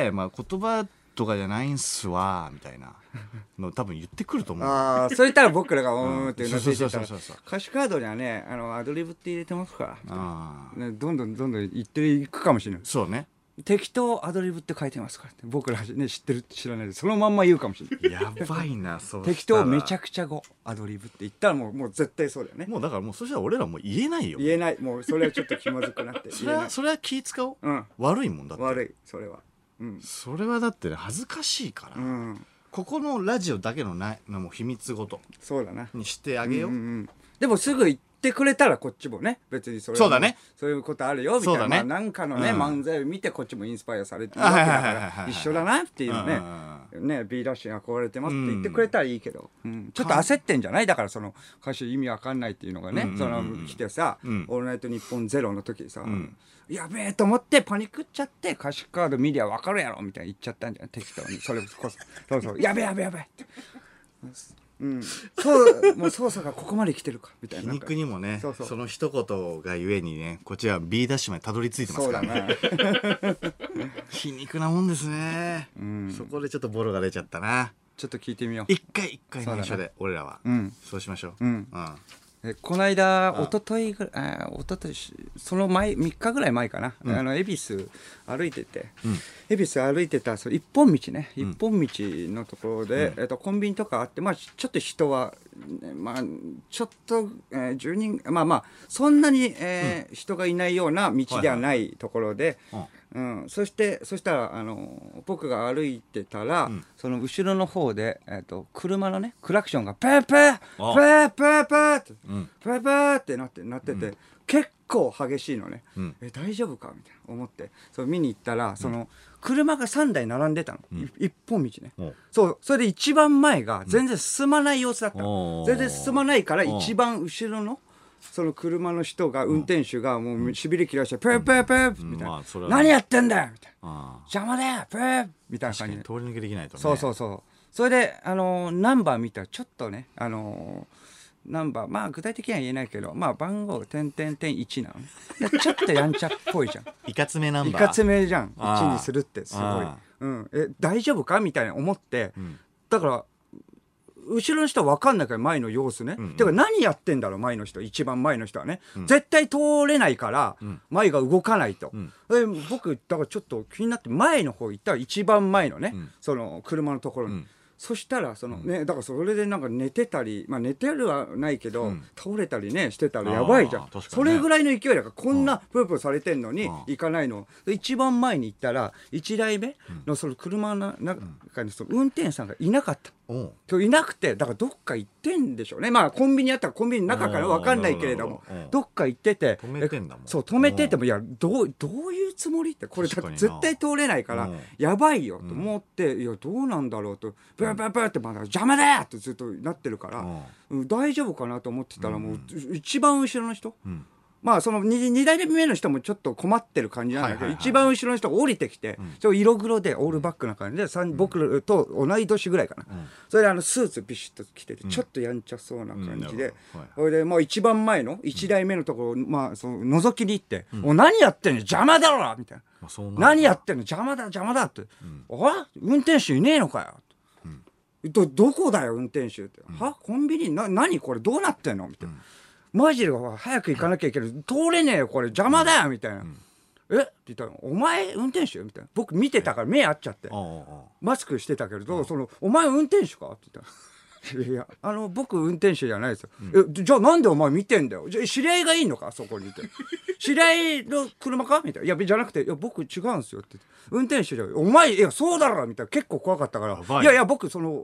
Speaker 1: まあ、言葉とかじゃないんすわみたいなの多分言ってくると思う。
Speaker 2: ああそう言ったら僕らがってうなずいてたら
Speaker 1: 歌
Speaker 2: 詞カードにはねアドリブって入れてますから
Speaker 1: あ、
Speaker 2: ね、どんどん言っていくかもしれない。
Speaker 1: そうね、
Speaker 2: 適当アドリブって書いてますからって僕らね知ってる知らないでそのまんま言うかもしれない。
Speaker 1: やばいなそう
Speaker 2: 適当めちゃくちゃ語アドリブって言ったらもう絶対そうだよね。
Speaker 1: もうだからもうそしたら俺らもう言えないよ。
Speaker 2: 言えない。もうそれはちょっと気まずくなって
Speaker 1: それは気使おう、
Speaker 2: うん、
Speaker 1: 悪いもんだって。
Speaker 2: 悪いそれは、うん、
Speaker 1: それはだって恥ずかしいから、
Speaker 2: うん、
Speaker 1: ここのラジオだけのもう秘密ごと
Speaker 2: そうだな
Speaker 1: にしてあげよう、
Speaker 2: うんうんうん、でもすぐ言ってくれたらこっちもね別にそうだねそういうことあるよみたいな、まあ、なんかのね、漫才を見てこっちもインスパイアされてるわけだから一緒だなっていうのね、B ダッシュに憧れてますって言ってくれたらいいけど、うん、ちょっと焦ってんじゃない。だからその歌詞意味わかんないっていうのがね、その来てさ、オールナイトニッポンゼロの時さ、やべえと思ってパニックっちゃって歌詞カード見りゃわかるやろみたいに言っちゃったんじゃない適当に。それこそそうやべえってうん、そうもう操作がここまで来てるかみたいな。
Speaker 1: 皮肉にもねその一言がゆえにねこっちは B ダッシュまでたどり着いてますからね。皮肉なもんですね、うん、そこでちょっとボロが出ちゃったな。
Speaker 2: ちょっと聞いてみよう。
Speaker 1: 一回内緒で俺らは、うん、そうしましょう、
Speaker 2: うんこの間一昨日その前3日ぐらい前かな、恵比寿歩いてて、恵比寿歩いてた一本道ね、一本道のところで、コンビニとかあって、まあ、ちょっと人は、まあ、ちょっと、10人まあそんなに、人がいないような道ではないところで、そしたら僕が歩いてたら、その後ろの方で、車のねクラクションがペーペーペーペーペーって、ペーペーってなってて、結構激しいのね、大丈夫かみたいな思って見に行ったら、その車が3台並んでたの、一本道ね、それで一番前が全然進まない様子だったの、全然進まないから一番後ろのその車の人が運転手がもうしびれ切らしてペーペーペーみたいな、何やってんだよみたいな、邪魔だよペーみたいな感じで
Speaker 1: 通り抜けできないとね。
Speaker 2: そうそれでナンバー見たらちょっとねナンバーまあ具体的には言えないけど、まあ番号1なのちょっとやんちゃっぽいじゃん。
Speaker 1: いかつめナンバー
Speaker 2: いかつめじゃん1にするってすごい、大丈夫かみたいな思って、だから後ろの人は分かんないから前の様子ね、てか何やってんだろう前の人、一番前の人はね、絶対通れないから前が動かないと、僕だからちょっと気になって前の方行ったら一番前のね、その車のところに、そしたらだからそれでなんか寝てたり、まあ寝てるはないけど、倒れたりねしてたらやばいじゃん、それぐらいの勢いだから、こんなプープーされてんのに行かないの、一番前に行ったら1台目のその車の中にその運転手さんがいなかった。いなくて、だからどっか行ってんでしょうね。まあコンビニあったらコンビニの中から分かんないけれども、どっか行ってて
Speaker 1: 止めてんだもん。
Speaker 2: そう止めてても、いやどういうつもりって、これ絶対通れないからやばいよと思って、いやどうなんだろうと、ブーブーブーってまだ邪魔だよってずっとなってるから、大丈夫かなと思ってたら、もう一番後ろの人、まあその 2台目の人もちょっと困ってる感じなんだけど、一番後ろの人が降りてきて、色黒でオールバックな感じで、僕と同い年ぐらいかな、それでスーツビシッと着ててちょっとやんちゃそうな感じで、それでもう一番前の1台目のところをまあその覗きに行って「お何やってんの邪魔だろ!」みたいな「何やってんの邪魔だって「おい運転手いねえのかよ」どこだよ運転手って「はコンビニ何これどうなってんの?」みたいな。マジで早く行かなきゃいけない、通れねえよこれ邪魔だよみたいな、って言ったら「お前運転手?」みたいな、僕見てたから目合っちゃって、マスクしてたけれど「お前運転手か?」って言ったら「いや僕運転手じゃないですよ」じゃあなんでお前見てんだよ、じゃあ知り合いがいいのかそこに」って「知り合いの車か?」みたいな「いやじゃなくていや僕違うんですよ」って言って「運転手じゃお前いやそうだろ」みたいな、結構怖かったから「いや僕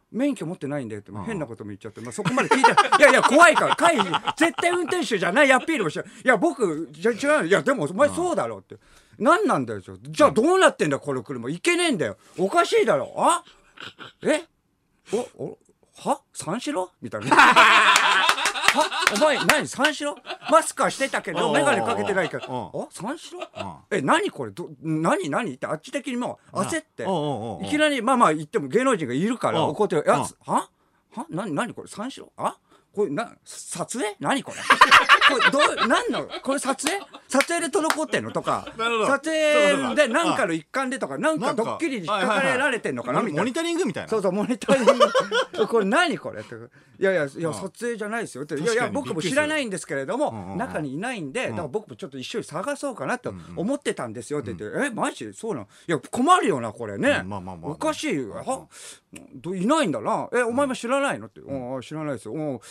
Speaker 2: 免許持ってないんでって変なことも言っちゃって、まあ、そこまで聞いていやいや怖いから回避絶対運転手じゃないアピールをしていや僕じゃ違ういやでもお前そうだろって何なんだよじゃあどうなってんだこの車いけねえんだよおかしいだろあえは三四郎みたいなはお前何三四郎マスクはしてたけど眼鏡かけてないからあ三四郎何これ何ってあっち的にもう焦っていきなりまあ言っても芸能人がいるから怒ってるやつは何これ三四郎これ撮影何これこれ何のこれ撮影で滞ってんのとか撮影で何かの一環でとかなんかドッキリに引っかかられてんのかなみたいな
Speaker 1: モニタリングみたいな
Speaker 2: そうモニタリングこれ何これっていや撮影じゃないですよっていや僕も知らないんですけれども中にいないんでだから僕もちょっと一緒に探そうかなと思ってたんですよって言ってマジそうなのいや困るよなこれねおかしいいないんだなお前も知らないのって知らないですよ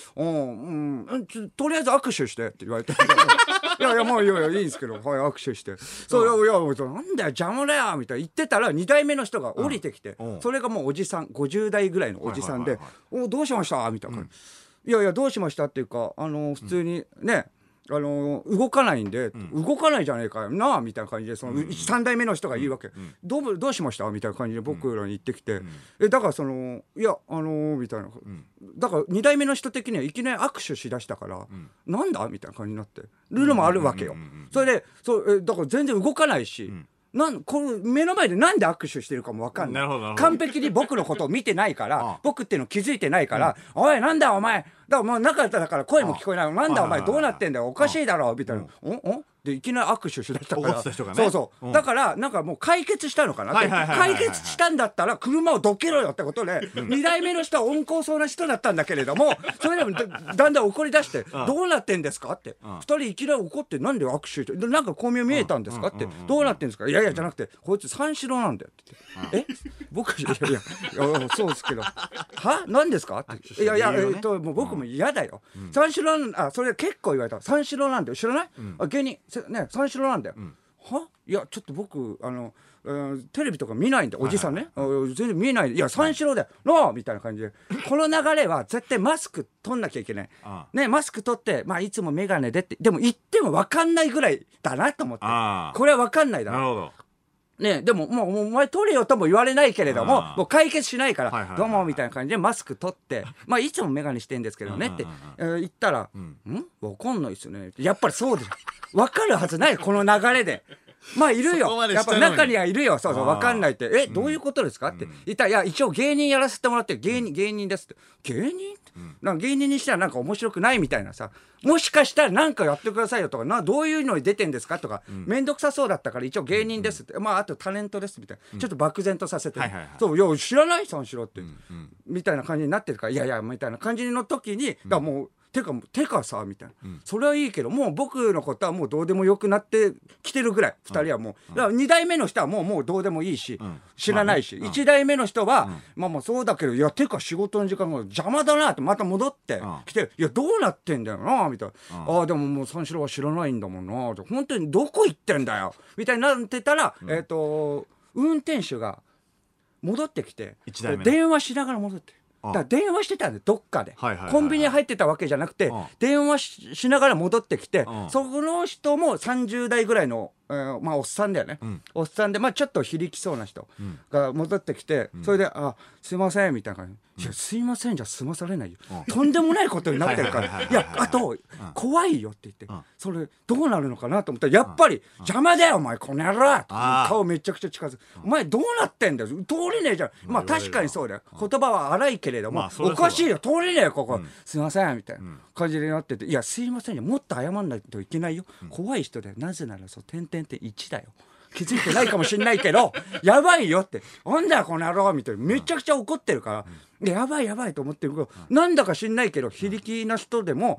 Speaker 2: とりあえず握手してって言われていやもういいんですけど握手してそういやなんだよ邪魔だよみたいな言ってたら2代目の人が降りてきてそれがもうおじさん50代ぐらいのおじさんでどうしましたみたいな、いやどうしましたっていうか普通にね動かないんで、動かないじゃねえかよなみたいな感じでその3代目の人が言うわけ、どうしましたみたいな感じで僕らに言ってきて、だからいやみたいな、だから2代目の人的にはいきなり握手しだしたから、なんだみたいな感じになってるのもあるわけよ、それでだから全然動かないし、この目の前でなんで握手してるかも分かんない完璧に僕のことを見てないから僕っていうの気づいてないから「おいなんだお前」だからもうなかっただから声も聞こえない「なんだお前どうなってんだよおかしいだろ」みたいな「ん?」でいきなり握手しだしたからそうだからなんかもう解決したのかな解決したんだったら車をどけろよってことで2代目の人は温厚そうな人だったんだけれどもそれでもだんだん怒り出して「どうなってんですか?」って2人いきなり怒って「なんで握手してなんか巧妙見えたんですか?」って「どうなってんですか?」「いやいやじゃなくてこいつ三四郎なんだよ」って言って「僕いやそうですけどは何ですか?」って「いやもう僕も嫌だよ三四郎それ結構言われた三四郎なんだよ知らない芸人ね三四郎なんだよ、はいやちょっと僕テレビとか見ないんでおじさんね、全然見えないいや三四郎だよなあみたいな感じでこの流れは絶対マスク取んなきゃいけないねマスク取っていつも眼鏡でってでも言っても分かんないぐらいだなと思ってこれは分かんないだろ
Speaker 1: なるほど
Speaker 2: ね、でももうお前取れよとも言われないけれどももう解決しないからどうもみたいな感じでマスク取っていつも眼鏡してんですけどねって言ったら分かんないっすねやっぱりそうです分かるはずないこの流れでいるよやっぱ中にはいるよそう分かんないってどういうことですかって言ったらいや一応芸人やらせてもらって芸人ですって芸人なんか芸人にしたらなんか面白くないみたいなさもしかしたら何かやってくださいよとかどういうのに出てんですかとか面倒くさそうだったから一応芸人ですってあとタレントですみたいなちょっと漠然とさせてそういや知らない三四郎ってみたいな感じになってるからいやみたいな感じの時にだからもうてかさみたいな、それはいいけどもう僕のことはもうどうでもよくなってきてるぐらい2人はもう、だから2代目の人はもうどうでもいいし、知らないし、1代目の人は、まあそうだけどいやてか仕事の時間が邪魔だなってまた戻ってきて、いやどうなってんだよなみたいな、でももう三四郎は知らないんだもんな本当にどこ行ってんだよみたいになってたら、運転手が戻ってきて電話しながら戻ってだから電話してたんでどっかでコンビニ入ってたわけじゃなくて電話しながら戻ってきてその人も30代ぐらいのおっさんだよね、おっさんでちょっと非力そうな人が戻ってきて、それで「すいません」みたいな感じで「いやすいませんじゃ済まされないよ、とんでもないことになってるからいやあと怖いよ」って言ってそれどうなるのかなと思ったらやっぱり「邪魔だよお前この野郎」顔めちゃくちゃ近づく「お前どうなってんだよ通りねえじゃん」確かにそうだよ言葉は荒いけれどもおかしいよ通りねえよここすいませんみたいな感じになってて「いやすいませんよもっと謝んないといけないよ怖い人でなぜならそう点々って1だよ気づいてないかもしんないけどやばいよってなんだよこの野郎みたいなめちゃくちゃ怒ってるからやばいと思ってるけどなんだか知んないけど非力な人でも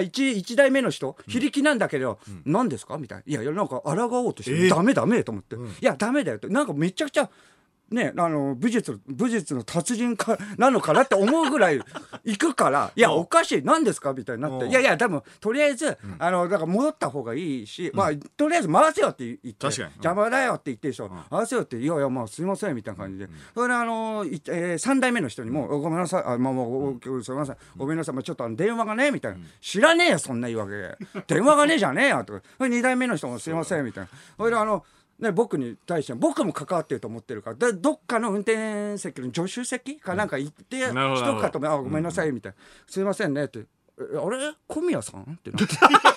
Speaker 2: 1代目の人非力なんだけど何ですかみたいないやなんか抗おうとしてダメと思っていやダメだよってなんかめちゃくちゃね、武術の達人かなのかなって思うぐらい行くからいやおかしい何ですかみたいになっていやいやでもとりあえずだから戻った方がいいしまあとりあえず回せよって言って邪魔だよって言ってる人回せよっていやいやまあすいませんみたいな感じでそれで3代目の人にもごめんなさいもうすいませんごめんなさいちょっと電話がねみたいな知らねえよそんな言い訳電話がねえじゃねえよとか2代目の人もすいませんみたいなそれでね、僕に対して僕も関わってると思ってるからどっかの運転席の助手席かなんか行って一言ごめんなさいみたいな、すいませんねってあれ小宮さんってなって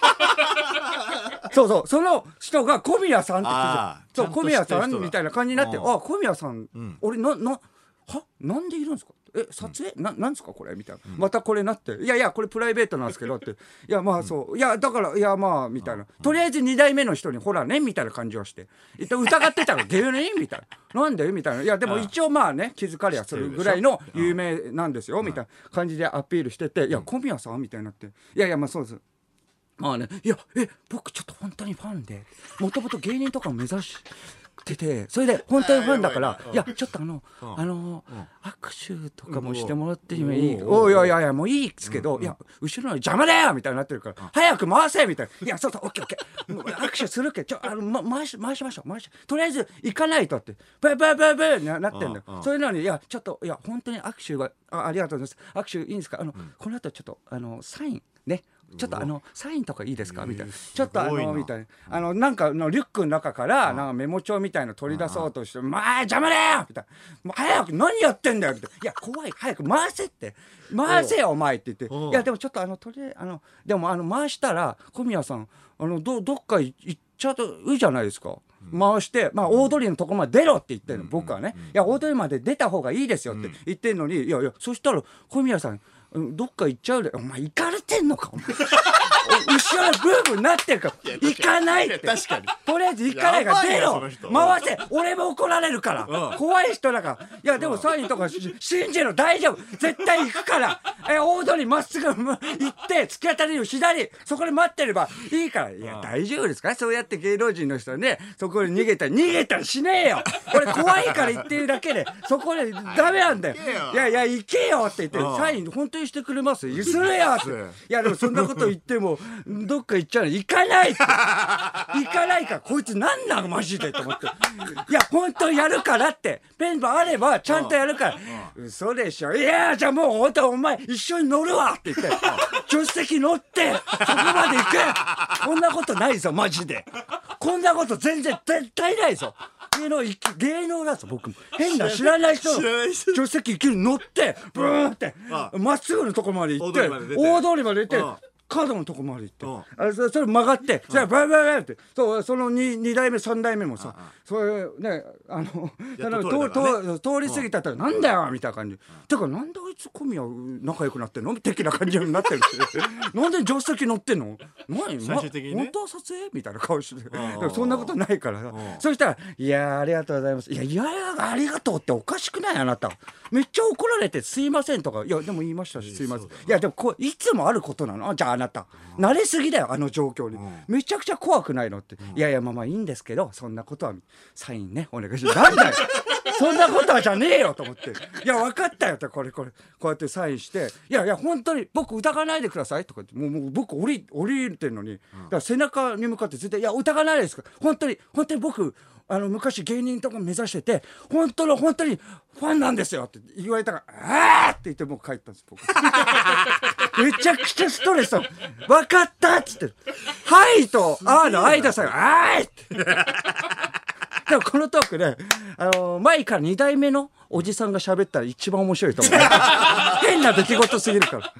Speaker 2: そうその人が小宮さんって聞いてそう小宮さんみたいな感じになって小宮さん、俺なんでいるんですか撮影なんですかこれみたいなまたこれなっていやこれプライベートなんですけどっていやまあそういやだからいやまあみたいなとりあえず2代目の人にほらねみたいな感じをして疑ってたら芸人みたいななんでみたいないやでも一応まあね気づかれやするぐらいの有名なんですよみたいな感じでアピールしてていや小宮さんみたいになっていやまあそうですまあねいや僕ちょっと本当にファンでもともと芸人とかを目指しててそれで本当にファンだからいやちょっと握手とかもしてもらってもいいいやもういいですけどいや後ろの邪魔だよみたいになってるから早く回せみたいないやそうオッケー握手するけど回しましょうとりあえず行かないとってブーなってんだよそういうのにいやちょっといや本当に握手がありがとうございます握手いいんですかこの後ちょっとサインねちょっとサインとかいいですかみたいなちょっとみたいななんかのリュックの中からなんかメモ帳みたいの取り出そうとしてまあ邪魔だよみたいなもう早く何やってんだよみたいないや怖い早く回せよお前って言っていやでもちょっととりあえずでも回したら小宮さんどっか行っちゃうじゃないですか回して大通りのとこまで出ろって言ってるの僕はねいや大通りまで出た方がいいですよって言ってるのにいやそしたら小宮さんどっか行っちゃうでお前行かれてんのかお前後ろでブーブーなってるから行かないって
Speaker 1: 確かに
Speaker 2: とりあえず行かないから出ろ回せ俺も怒られるから怖い人だからいやでもサインとか信じろ大丈夫絶対行くから大通りまっすぐ行って突き当たりの左そこで待ってればいいからいや大丈夫ですかそうやって芸能人の人はねそこで逃げたらしねえよ俺怖いから言ってるだけでそこでダメなんだよいや行けよって言ってサイン本当にしてくれますするよっていやでもそんなこと言ってもどっか行っちゃうの行かないからこいつなんなんマジでと思っていや本当やるからってペンがあればちゃんとやるから嘘でしょいやじゃあもう本当お前一緒に乗るわって言って助手席乗ってそこまで行けこんなことないぞマジでこんなこと全然絶対ないぞ芸能だぞ僕も変な知らない人の助手席行ける乗ってブーンってまっすぐのとこまで行って大通りまで行って角のとこまで行ってそれ曲がってそれバイってその 2代目3代目もさそれね通り過ぎたったらなんだよみたいな感じてかなんであいつ小宮仲良くなってんの的な感じになってるしなんで助手席乗ってんの
Speaker 1: 最終的にね
Speaker 2: 本当は撮影みたいな顔してそんなことないからさそしたらいやありがとうございますいやありがとうっておかしくないあなためっちゃ怒られてすいませんとかいやでも言いましたしすいませんいやでもいつもあることなのじゃああなた慣れすぎだよあの状況にめちゃくちゃ怖くないのっていやまあいいんですけどそんなことはサインねお願いしますなんだよそんなことはじゃねえよと思っていや分かったよってこうやってサインしていや本当に僕疑わないでくださいとか言ってもう僕降りてんのにだから背中に向かって絶対いや疑わないですから本当に僕昔芸人とか目指してて本当にファンなんですよって言われたからあーって言ってもう帰ったんです僕めちゃくちゃストレスだ分かったっつってはいとあーの間さあーってでもこのトークで、前から2代目のおじさんが喋ったら一番面白いと思う変な出来事すぎるから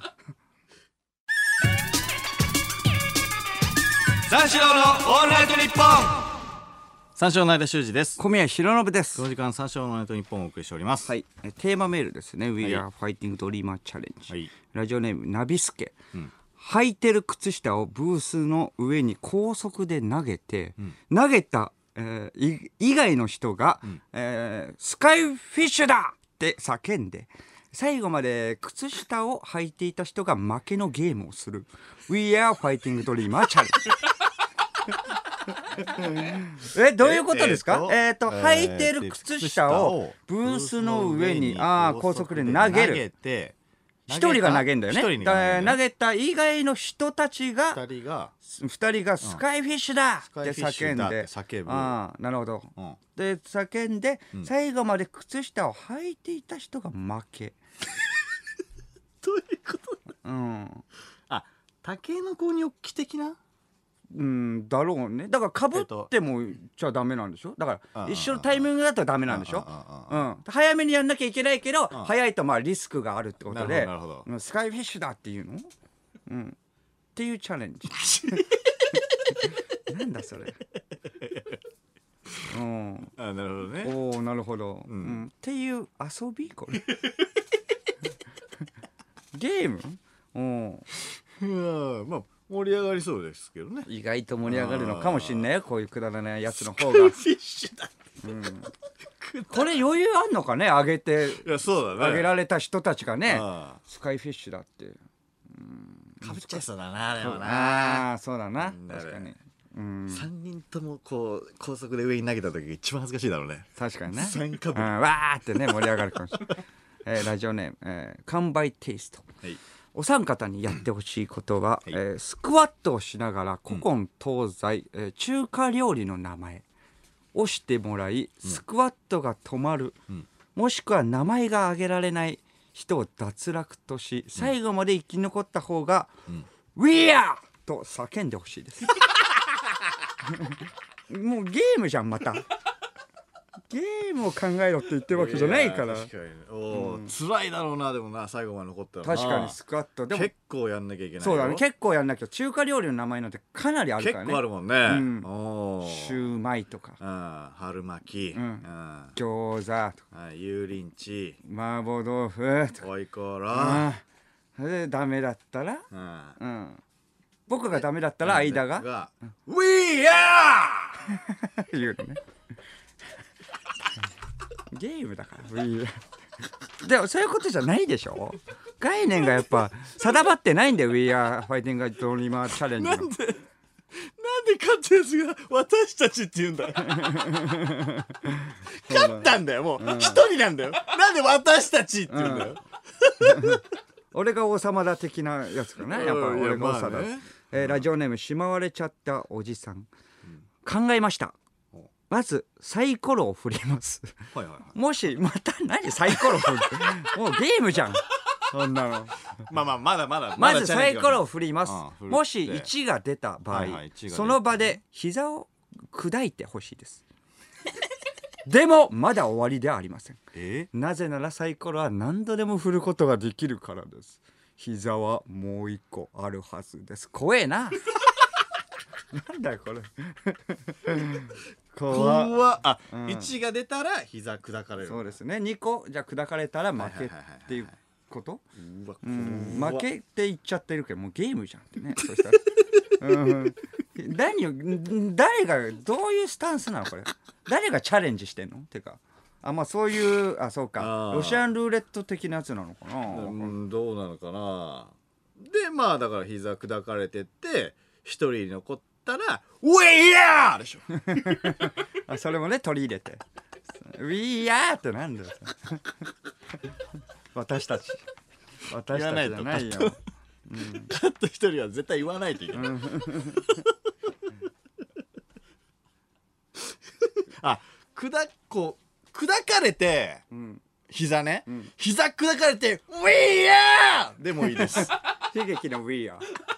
Speaker 1: 三四郎のオールナイトニッポン三四郎の間修二です
Speaker 2: 小宮浩信です
Speaker 1: この時間三四郎のオールナイトニッポンをお送りしております、
Speaker 2: はい、テーマメールですね We are fighting dreamer challenge、はい、ラジオネームナビスケ、履いてる靴下をブースの上に高速で投げて、投げた以外の人が、スカイフィッシュだって叫んで最後まで靴下を履いていた人が負けのゲームをする We are fighting dreamer challenge どういうことですか？履いてる靴下をブースの上に高速で投げる。一人が投げんだよね。投げた以外の人たちが2人がスカイフィッシュだって叫んで、なるほど。で叫んで最後まで靴下を履いていた人が負け。
Speaker 1: どういうこと？タケノコニョッキ的な？
Speaker 2: だろうね。だからかぶってもじゃダメなんでしょ。だから一緒のタイミングだとダメなんでしょ。早めにやんなきゃいけないけど早いとリスクがあるってことでスカイフィッシュだっていうのっていうチャレンジ。なんだそれ。
Speaker 1: なるほどね。
Speaker 2: おなるほど。っていう遊びこれ。ゲーム？
Speaker 1: まあ盛り上がりそうですけどね。
Speaker 2: 意外と盛り上がるのかもしんないよ、こういうくだらないやつの方が。
Speaker 1: スカイフィッシュだ。
Speaker 2: これ余裕あんのかね、あげて。
Speaker 1: いやそうだね。
Speaker 2: あげられた人たちがね、スカイフィッシュだって。
Speaker 1: かぶっちゃいそうだな、あれはな。
Speaker 2: そうだな、確かに。
Speaker 1: 3人ともこう高速で上に投げた時が一番恥ずかしいだろうね。
Speaker 2: 確かにね。
Speaker 1: 3かぶり。
Speaker 2: わーってね盛り上がるかもしれない。ラジオネーム完売テイスト。お三方にやってほしいことは、スクワットをしながら古今東西、中華料理の名前をしてもらい、スクワットが止まる、もしくは名前が挙げられない人を脱落とし、最後まで生き残った方が、We are! と叫んでほしいです。もうゲームじゃんまた。ゲームを考えろって言ってるわけじゃないから。
Speaker 1: 確かに辛いだろうな。でもな最後まで残ったらな。
Speaker 2: 確かにスクワットでも
Speaker 1: 結構やんなきゃいけないよ。
Speaker 2: そうだね、結構やんなきゃ。中華料理の名前なんてかなりあるからね。
Speaker 1: 結構あるもんね。
Speaker 2: シューマイとか
Speaker 1: 春巻き、
Speaker 2: 餃子とか
Speaker 1: 油淋鶏、
Speaker 2: 麻婆豆腐とか
Speaker 1: ホイコーロー
Speaker 2: でダメだったら僕がダメだったら間が
Speaker 1: We are!
Speaker 2: 言うのね。ゲームだから。でもそういうことじゃないでしょ。概念がやっぱ定まってないんだよ。We are fighting a dreamer challenge の。
Speaker 1: なんで勝ったやつが私たちって言うんだ。勝ったんだよ。もう一人なんだよ。なんで私たちって言うんだよ。
Speaker 2: 俺が王様だ的なやつかな。やっぱ俺が王様だ。ラジオネームしまわれちゃったおじさん。考えました。まずサイコロを振ります。もしまた何サイコロ振る。もうゲームじゃんそんなの。
Speaker 1: まだ
Speaker 2: まずサイコロを振ります。もし1が出た場合、その場で膝を砕いてほしいです。でもまだ終わりではありません。なぜならサイコロは何度でも振ることができるからです。膝はもう一個あるはずです。怖えな。なんだよこれ。
Speaker 1: 怖っ。1が出たら膝砕かれる。
Speaker 2: そうですね。2個じゃ砕かれたら負けっていうこと。負けって言っちゃってるけどもうゲームじゃんってね。そしたら誰がどういうスタンスなのこれ。誰がチャレンジしてんのってか。そういうそうかロシアンルーレット的なやつなのかな。
Speaker 1: どうなのかな。でだから膝砕かれてって一人残ったら「We are!」でしょ。
Speaker 2: それもね取り入れて「We are!」ってなんだよ。私たちじゃないよ。
Speaker 1: 勝った一人は絶対言わないといけない。砕かれて膝ね、膝砕かれて「We are!」でもいいです。
Speaker 2: 悲劇の We are。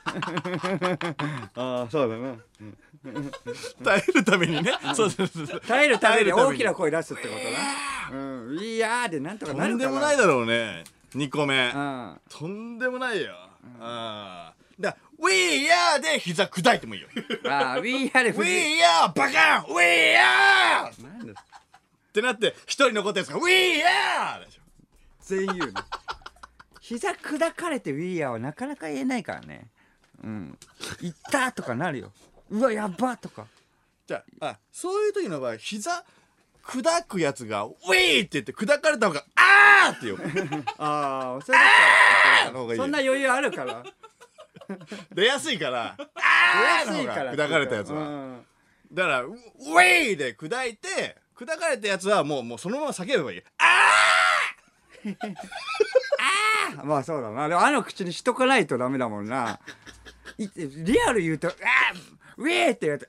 Speaker 2: そうだな。
Speaker 1: 耐えるためにね。
Speaker 2: 耐えるために大きな声出すってことな。We are でなんとかなるかな。
Speaker 1: とんでもないだろうね。2個目とんでもないよ。だ We are で膝砕いてもいいよ。
Speaker 2: We are で
Speaker 1: We are バカン We are ってなって一人残ったやつが We are でしょ。
Speaker 2: 全員言うね。膝砕かれて We are はなかなか言えないからね。いったとかなるよ。うわやばとか。
Speaker 1: じゃあそういう時の場合膝砕くやつが「ウィー!」って言って砕かれた方が「あー!」ってよ。
Speaker 2: それだったらそんな余裕あるから
Speaker 1: 出やすいから「あー!」の方が砕かれたやつはだからウェイで砕いて、砕かれたやつはもうそのまま叫べばいい。
Speaker 2: まあそうだな。でも口にしとかないとダメだもんな。リアル言うとウェーってやると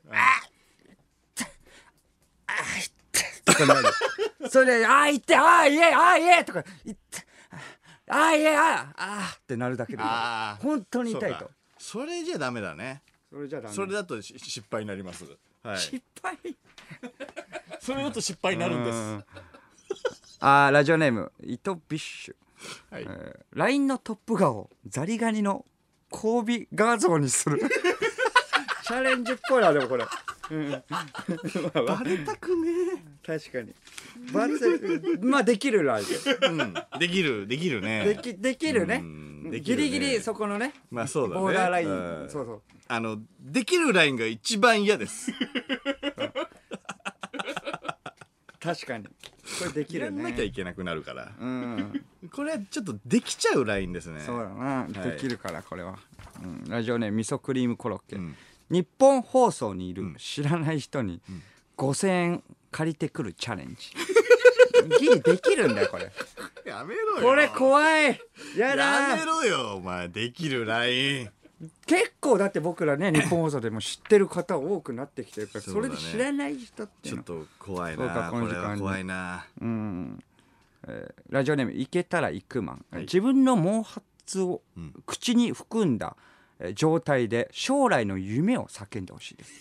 Speaker 2: とかなる。それでいっていえとかいっていえってなるだけで本当に痛いと。
Speaker 1: それじゃダメだね。
Speaker 2: それじゃダメ。
Speaker 1: それだと失敗になります。はい。
Speaker 2: 失敗。
Speaker 1: それだと失敗になるんです。
Speaker 2: ラジオネームイトビッシュ。
Speaker 1: はい。
Speaker 2: LINE のトップ画をザリガニの交尾画像にする。チャレンジっぽいなでもこれ。
Speaker 1: バレたくね
Speaker 2: え。確かに。バレまあできるライ
Speaker 1: ブ。できるね。
Speaker 2: できるね。ギリギリそこのね。
Speaker 1: まあそうだね。
Speaker 2: ボーダーライン。そうそう。
Speaker 1: できるラインが一番嫌です。
Speaker 2: 確かに。これできるね。
Speaker 1: やんなきゃいけなくなるから。これはちょっとできちゃうラインですね。
Speaker 2: そうだな。できるからこれは。ラジオネーム味噌クリームコロッケ。日本放送にいる知らない人に5000円借りてくるチャレンジ。ギリできるんだよこれ。
Speaker 1: やめろよ。
Speaker 2: これ怖い。やだ。
Speaker 1: やめろよお前。できるライン。
Speaker 2: 結構だって僕らね日本放送でも知ってる方多くなってきてるからそれで知らない人って
Speaker 1: ちょっと怖いな。これは怖いな。
Speaker 2: ラジオネームいけたらいくまん。自分の毛髪を口に含んだ状態で将来の夢を叫んでほしいです。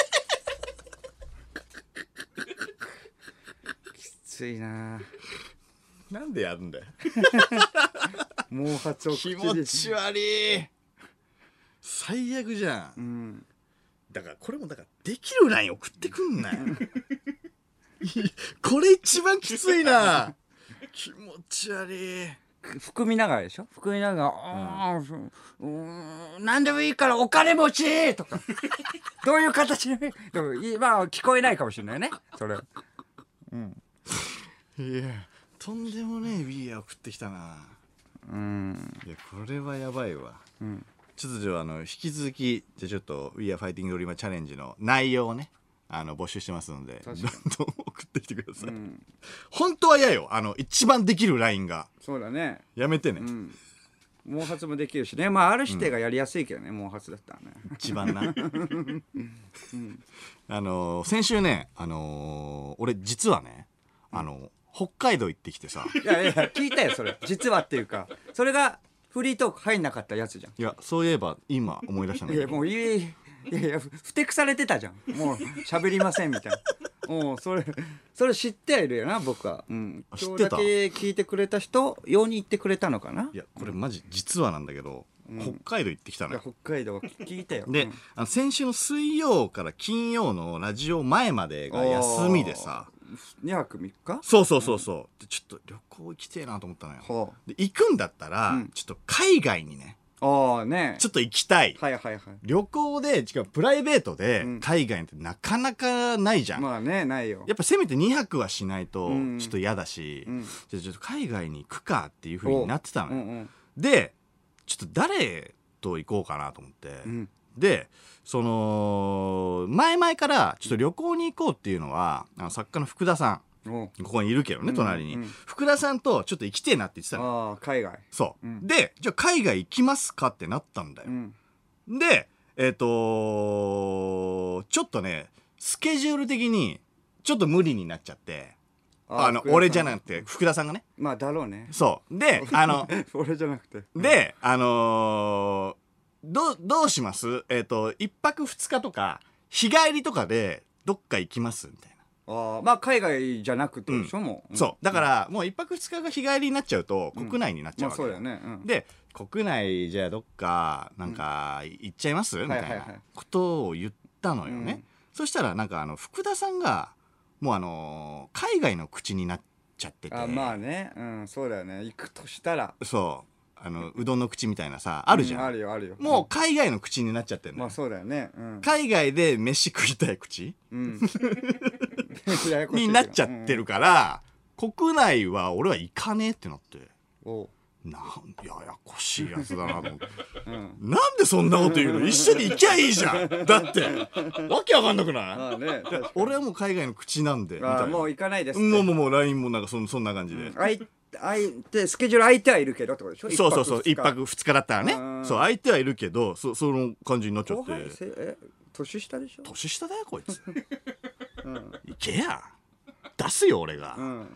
Speaker 2: きついな。
Speaker 1: なんでやるんだよ。
Speaker 2: 毛髪を
Speaker 1: 気持ち悪い。最悪じゃん。だからこれもできるライン送ってくんなよ。これ一番きついな。気持ち悪い。
Speaker 2: 含みながらでしょ。含みながら何でもいいからお金持ちとかどういう形でまあ聞こえないかもしれないねそれ。い
Speaker 1: やとんでもねえ We Are 送ってきたな。いやこれはやばいわ。ちょっとじゃあ引き続きじゃあちょっと We Are Fighting Dorima チャレンジの内容をね募集してますのでどんどん送ってきてください。本当は嫌よ。一番できるラインが。そうだね。やめてね。
Speaker 2: 毛髪もできるしね。まあある指定がやりやすいけどね、毛髪だったらね。
Speaker 1: 一番な。先週ね俺実はね北海道行ってきてさ。
Speaker 2: いや聞いたよそれ。実はっていうかそれがフリートーク入んなかったやつじゃん。
Speaker 1: いやそういえば今思い出したんだけど。
Speaker 2: いやもういやふてくされてたじゃん。もう喋りませんみたいな。もうそれ知ってはいるよな僕は。今日だけ聞いてくれた人用に言ってくれたのかな。
Speaker 1: いやこれマジ実はなんだけど、北海道行ってきたのよ。
Speaker 2: 北海道聞いたよ。
Speaker 1: で、先週の水曜から金曜のラジオ前までが休みでさ。
Speaker 2: 2泊3日。
Speaker 1: そうでちょっと旅行行きてえなと思ったのよ。で行くんだったら、ちょっと海外にねちょっと行きたい。旅行でプライベートで海外ってなかなかないじゃん。
Speaker 2: まあねないよ。
Speaker 1: やっぱせめて2泊はしないとちょっと嫌だし、じゃあちょっと海外に行くかっていう風になってたのよ。でちょっと誰と行こうかなと思って、でその前々からちょっと旅行に行こうっていうのは作家の福田さんここにいるけどね隣に、福田さんとちょっと行きてえなって言ってたの。
Speaker 2: 海外。
Speaker 1: そう、でじゃあ海外行きますかってなったんだよ。でちょっとねスケジュール的にちょっと無理になっちゃって、俺じゃなくて福田さんがね。
Speaker 2: まあだろうね。
Speaker 1: そうで
Speaker 2: 俺じゃなくて
Speaker 1: でどうします？1泊2日とか日帰りとかでどっか行きますみたいな。
Speaker 2: まあ海外じゃなくてでしょ。もう
Speaker 1: そうだからもう1泊2日が日帰りになっちゃうと国内になっちゃうわけ。
Speaker 2: そうだよね。
Speaker 1: で国内じゃあどっかなんか行っちゃいますみたいなことを言ったのよね。そしたらなんか福田さんがもう海外の口になっちゃってて。
Speaker 2: まあねそうだよね。行くとしたら
Speaker 1: そううどんの口みたいなさあるじゃん。
Speaker 2: あるよ
Speaker 1: もう海外の口になっちゃってんの。
Speaker 2: まあそうだよね。
Speaker 1: 海外で飯食いたい口になっちゃってるから国内は俺は行かねえってなって。 ややこしいやつだなと思って、なんでそんなこと言うの、一緒に行きゃいいじゃんだってわけわかんなくない、ね、俺はもう海外の口なんでみたいな、
Speaker 2: もう行かないですって、
Speaker 1: もう LINE もなんかそんな感じで、
Speaker 2: スケジュール空いてはいるけどってことでしょ。
Speaker 1: そう1泊2日だったらね、そう空いてはいるけど、その感じになっちゃって。
Speaker 2: 年下でしょ。
Speaker 1: 年下だよこいつ行けや、出すよ俺が、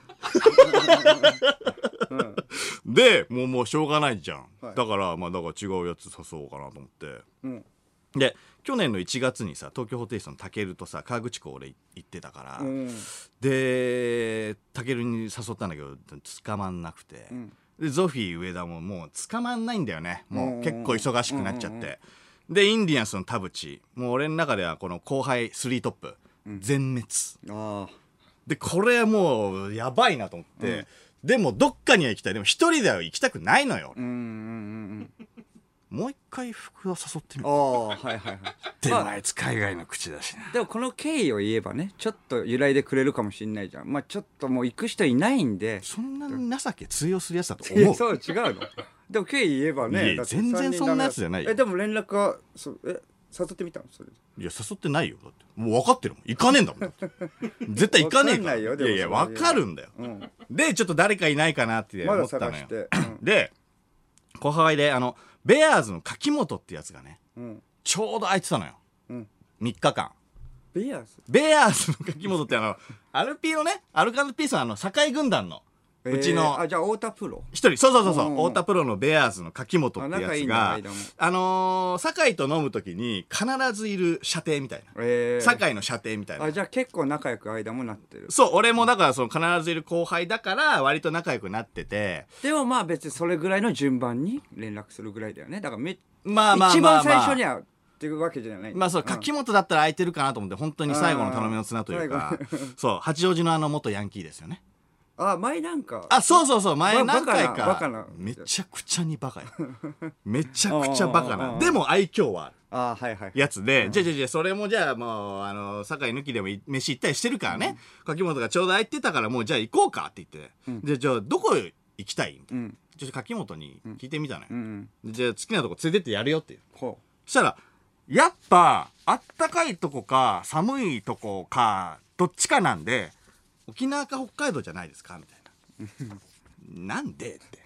Speaker 1: でもうしょうがないじゃん、だからだから違うやつ誘おうかなと思って、で去年の1月にさ東京ホテイソンのたけるとさ河口湖俺行ってたから、でたけるに誘ったんだけど捕まんなくて、でゾフィー上田ももう捕まんないんだよね、もう結構忙しくなっちゃって、でインディアンスの田淵もう俺の中ではこの後輩3トップ全滅、でこれはもうやばいなと思って、でもどっかには行きたい、でも一人では行きたくないのよ、もう一回福田誘ってみる。でもあいつ海外の口だしな。
Speaker 2: でもこの経緯を言えばねちょっと揺らいでくれるかもしんないじゃん。ちょっともう行く人いないんで。
Speaker 1: そんな情け通用するやつだと思う。
Speaker 2: そう違うのでも経緯言えばね、
Speaker 1: 全然そんなやつじゃないよ。
Speaker 2: でも連絡は誘ってみたのそれで。
Speaker 1: いや誘ってないよ、だってもう分かってるもん、行かねえんだもん絶対行かねえから。いや分かるんだよ、でちょっと誰かいないかなって思ったのよ、で後輩でベアーズの柿本ってやつがね、ちょうど空いてたのよ、3日間。ベアーズの柿本ってアルピーのね、アルカンピースの堺軍団のうちの
Speaker 2: じゃあ太田プロ
Speaker 1: 一人、そう太田プロのベアーズの柿本ってやつが堺と飲む時に必ずいる射程みたいな、堺の射程みたいな。
Speaker 2: じゃあ結構仲良く間もなってる。
Speaker 1: そう俺もだからその必ずいる後輩だから割と仲良くなってて、
Speaker 2: でも別にそれぐらいの順番に連絡するぐらいだよね。だから
Speaker 1: 一
Speaker 2: 番最初にはっていうわけじゃない。
Speaker 1: そう柿本だったら空いてるかなと思って、本当に最後の頼みの綱というかそう八王子の元ヤンキーですよね。
Speaker 2: 前なんか
Speaker 1: そう前何回かめちゃくちゃにバカやめちゃくちゃバカなでも愛嬌はあるやつで、じゃあそれもじゃあもう堺抜きでも飯行ったりしてるからね、柿本がちょうど空いてたからもうじゃあ行こうかって言って、じゃあどこ行きたいみたいな、ちょっと柿本に聞いてみたのよ、じゃあ好きなとこ連れてってやるよっていう。そしたらやっぱあったかいとこか寒いとこかどっちかなんで沖縄か北海道じゃないですかみたいななんでって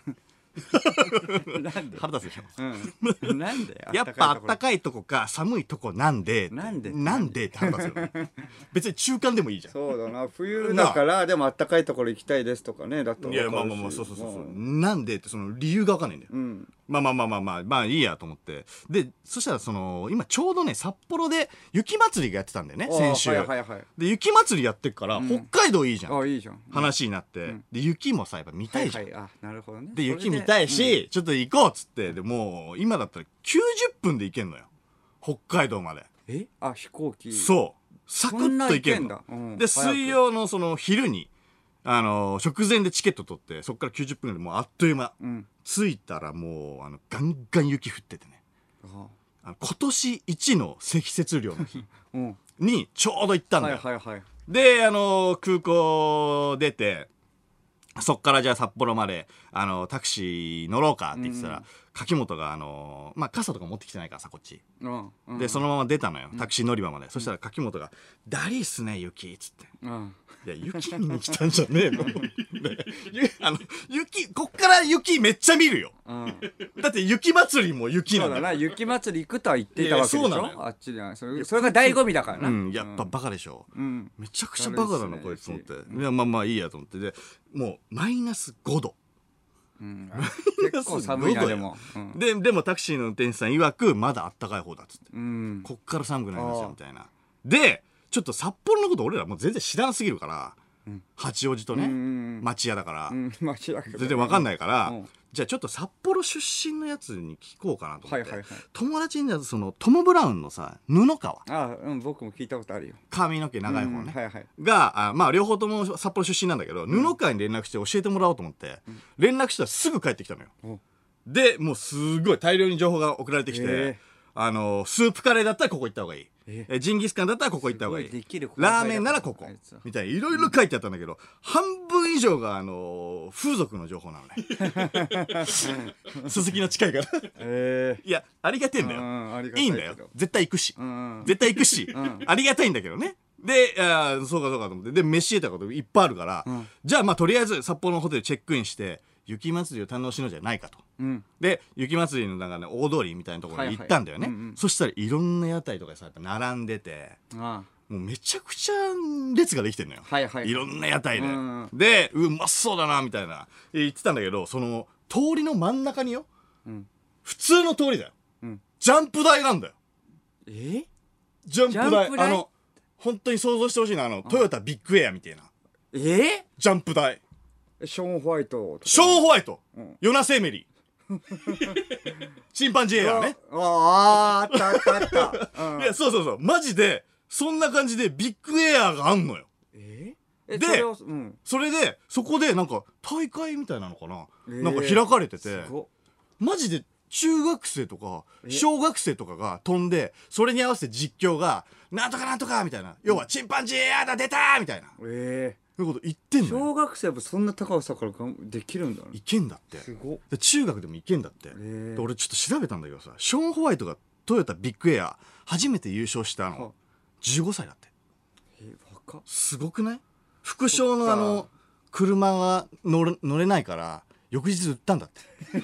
Speaker 1: 腹立つでしょ、
Speaker 2: なんで
Speaker 1: やっぱあったかいとこか寒いとこなんでって腹立つよね別に中間でもいいじゃん。
Speaker 2: そうだな、冬だからでもあったかいところ行きたいですとかね、だと。
Speaker 1: いやそうなんでってその理由が分かんないんだよ、まあいいやと思って、でそしたら今ちょうどね札幌で雪祭りがやってたんだよね先週、で雪祭りやってっから北海道いいじゃん、
Speaker 2: いいじゃん
Speaker 1: 話になって、で雪もさやっぱ見たいじゃん、
Speaker 2: なるほどね。
Speaker 1: で雪見たいし、ちょっと行こうっつって、でもう今だったら90分で行けんのよ北海道まで。
Speaker 2: 飛行機
Speaker 1: そうサクッと行けんの。で水曜のその昼に直前でチケット取って、そっから90分でもうあっという間、着いたらもうガンガン雪降っててね、今年一の積雪量の日にちょうど行ったんだよ。で空港出てそっからじゃあ札幌までタクシー乗ろうかって言ってたら、柿本が傘とか持ってきてないからさこっち、でそのまま出たのよタクシー乗り場まで、そしたら柿本が「ダリーっすね雪」っつって。いや雪見に来たんじゃねえの雪こっから雪めっちゃ見るよ、だって雪祭りも雪なんだ。
Speaker 2: そうだな、雪祭り行くとは言ってたわけでしょ、あっちでは。それが醍醐味だからな。
Speaker 1: やっぱバカでしょ、めちゃくちゃバカだなこいつと思って、いやまあいいやと思って、でもうマイナス5度、
Speaker 2: 結構寒いな。でも
Speaker 1: でもタクシーの運転手さん曰くまだあったかい方だっつって、こっから寒くなりますよみたいな。でちょっと札幌のこと俺らもう全然知らなすぎるから、八王子とね町屋だから全然わかんないから、じゃあちょっと札幌出身のやつに聞こうかなと思って、友達にそのトム・ブラウンのさ布川、
Speaker 2: 僕も聞いたことあるよ、
Speaker 1: 髪の毛長い方ねが両方とも札幌出身なんだけど、布川に連絡して教えてもらおうと思って連絡したらすぐ帰ってきたのよ。でもうすごい大量に情報が送られてきて、スープカレーだったらここ行った方がいい、 ジンギスカンだったらここ行った方がいい、
Speaker 2: すごいできる
Speaker 1: ラーメンならここ
Speaker 2: あいつは
Speaker 1: みたいないろいろ書いてあったんだけど、半分以上が風俗の情報なのね鈴木の近いからいやありがてえんだよ、
Speaker 2: ありがたいけど
Speaker 1: いいんだよ、絶対行くし、
Speaker 2: うん
Speaker 1: 絶対行くし、ありがたいんだけどね。でそうかそうかと思って、で飯得たこといっぱいあるから、じゃあまあとりあえず札幌のホテルチェックインして雪祭りを堪能しようじゃないかと、で雪祭りのなんかね大通りみたいなところに行ったんだよね、そしたらいろんな屋台とかさやっぱ並んでて、もうめちゃくちゃ列ができてんのよ、いろんな屋台で、でうまそうだなみたいな言ってたんだけど、その通りの真ん中によ、普通の通りだよ、ジャンプ台なんだよ。ジャンプ台、本当に想像してほしいな、トヨタビッグエアみたいなジャンプ台。
Speaker 2: ショーン・ホワイト、
Speaker 1: ヨナセメリチンパンジーエアね。
Speaker 2: あったあったあった、
Speaker 1: いやそうそうそう、マジでそんな感じでビッグエアがあんのよ。でそれでそこでなんか大会みたいなのかな、なんか開かれてて、マジで中学生とか小学生とかが飛んで、それに合わせて実況がなんとかなんとかみたいな、要はチンパンジーエアだ出たみたいな、そういうこと言ってんのよ。
Speaker 2: 小学生はそんな高さからできるんだね。
Speaker 1: いけんだって。で中学でもいけんだって。で俺ちょっと調べたんだけどさ、ショーン・ホワイトがトヨタビッグエア初めて優勝したの15歳だって。
Speaker 2: 若っ。
Speaker 1: すごくない？副賞の車が乗れないから翌日売ったんだって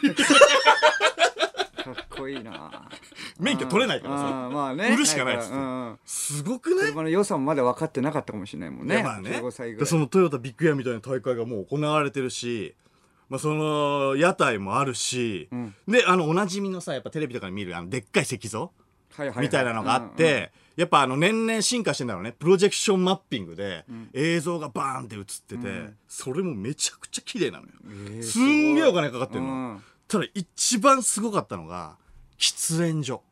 Speaker 2: かっこいいな。
Speaker 1: 免許取れないからさ、
Speaker 2: まあね、
Speaker 1: 売るしかないっつって、すごくない？
Speaker 2: 車の良さもまだ分かってなかったかもしれないもんね。
Speaker 1: まあね、
Speaker 2: 15歳ぐらい。
Speaker 1: そのトヨタビッグエアみたいな大会がもう行われてるし、まあ、その屋台もあるし、でおなじみのさ、やっぱテレビとかで見るでっかい石像みたいなのがあって、やっぱ年々進化してんだろうね。プロジェクションマッピングで映像がバーンって映ってて、それもめちゃくちゃ綺麗なのよ、すんげえお金かかってんの、ただ一番すごかったのが喫煙所。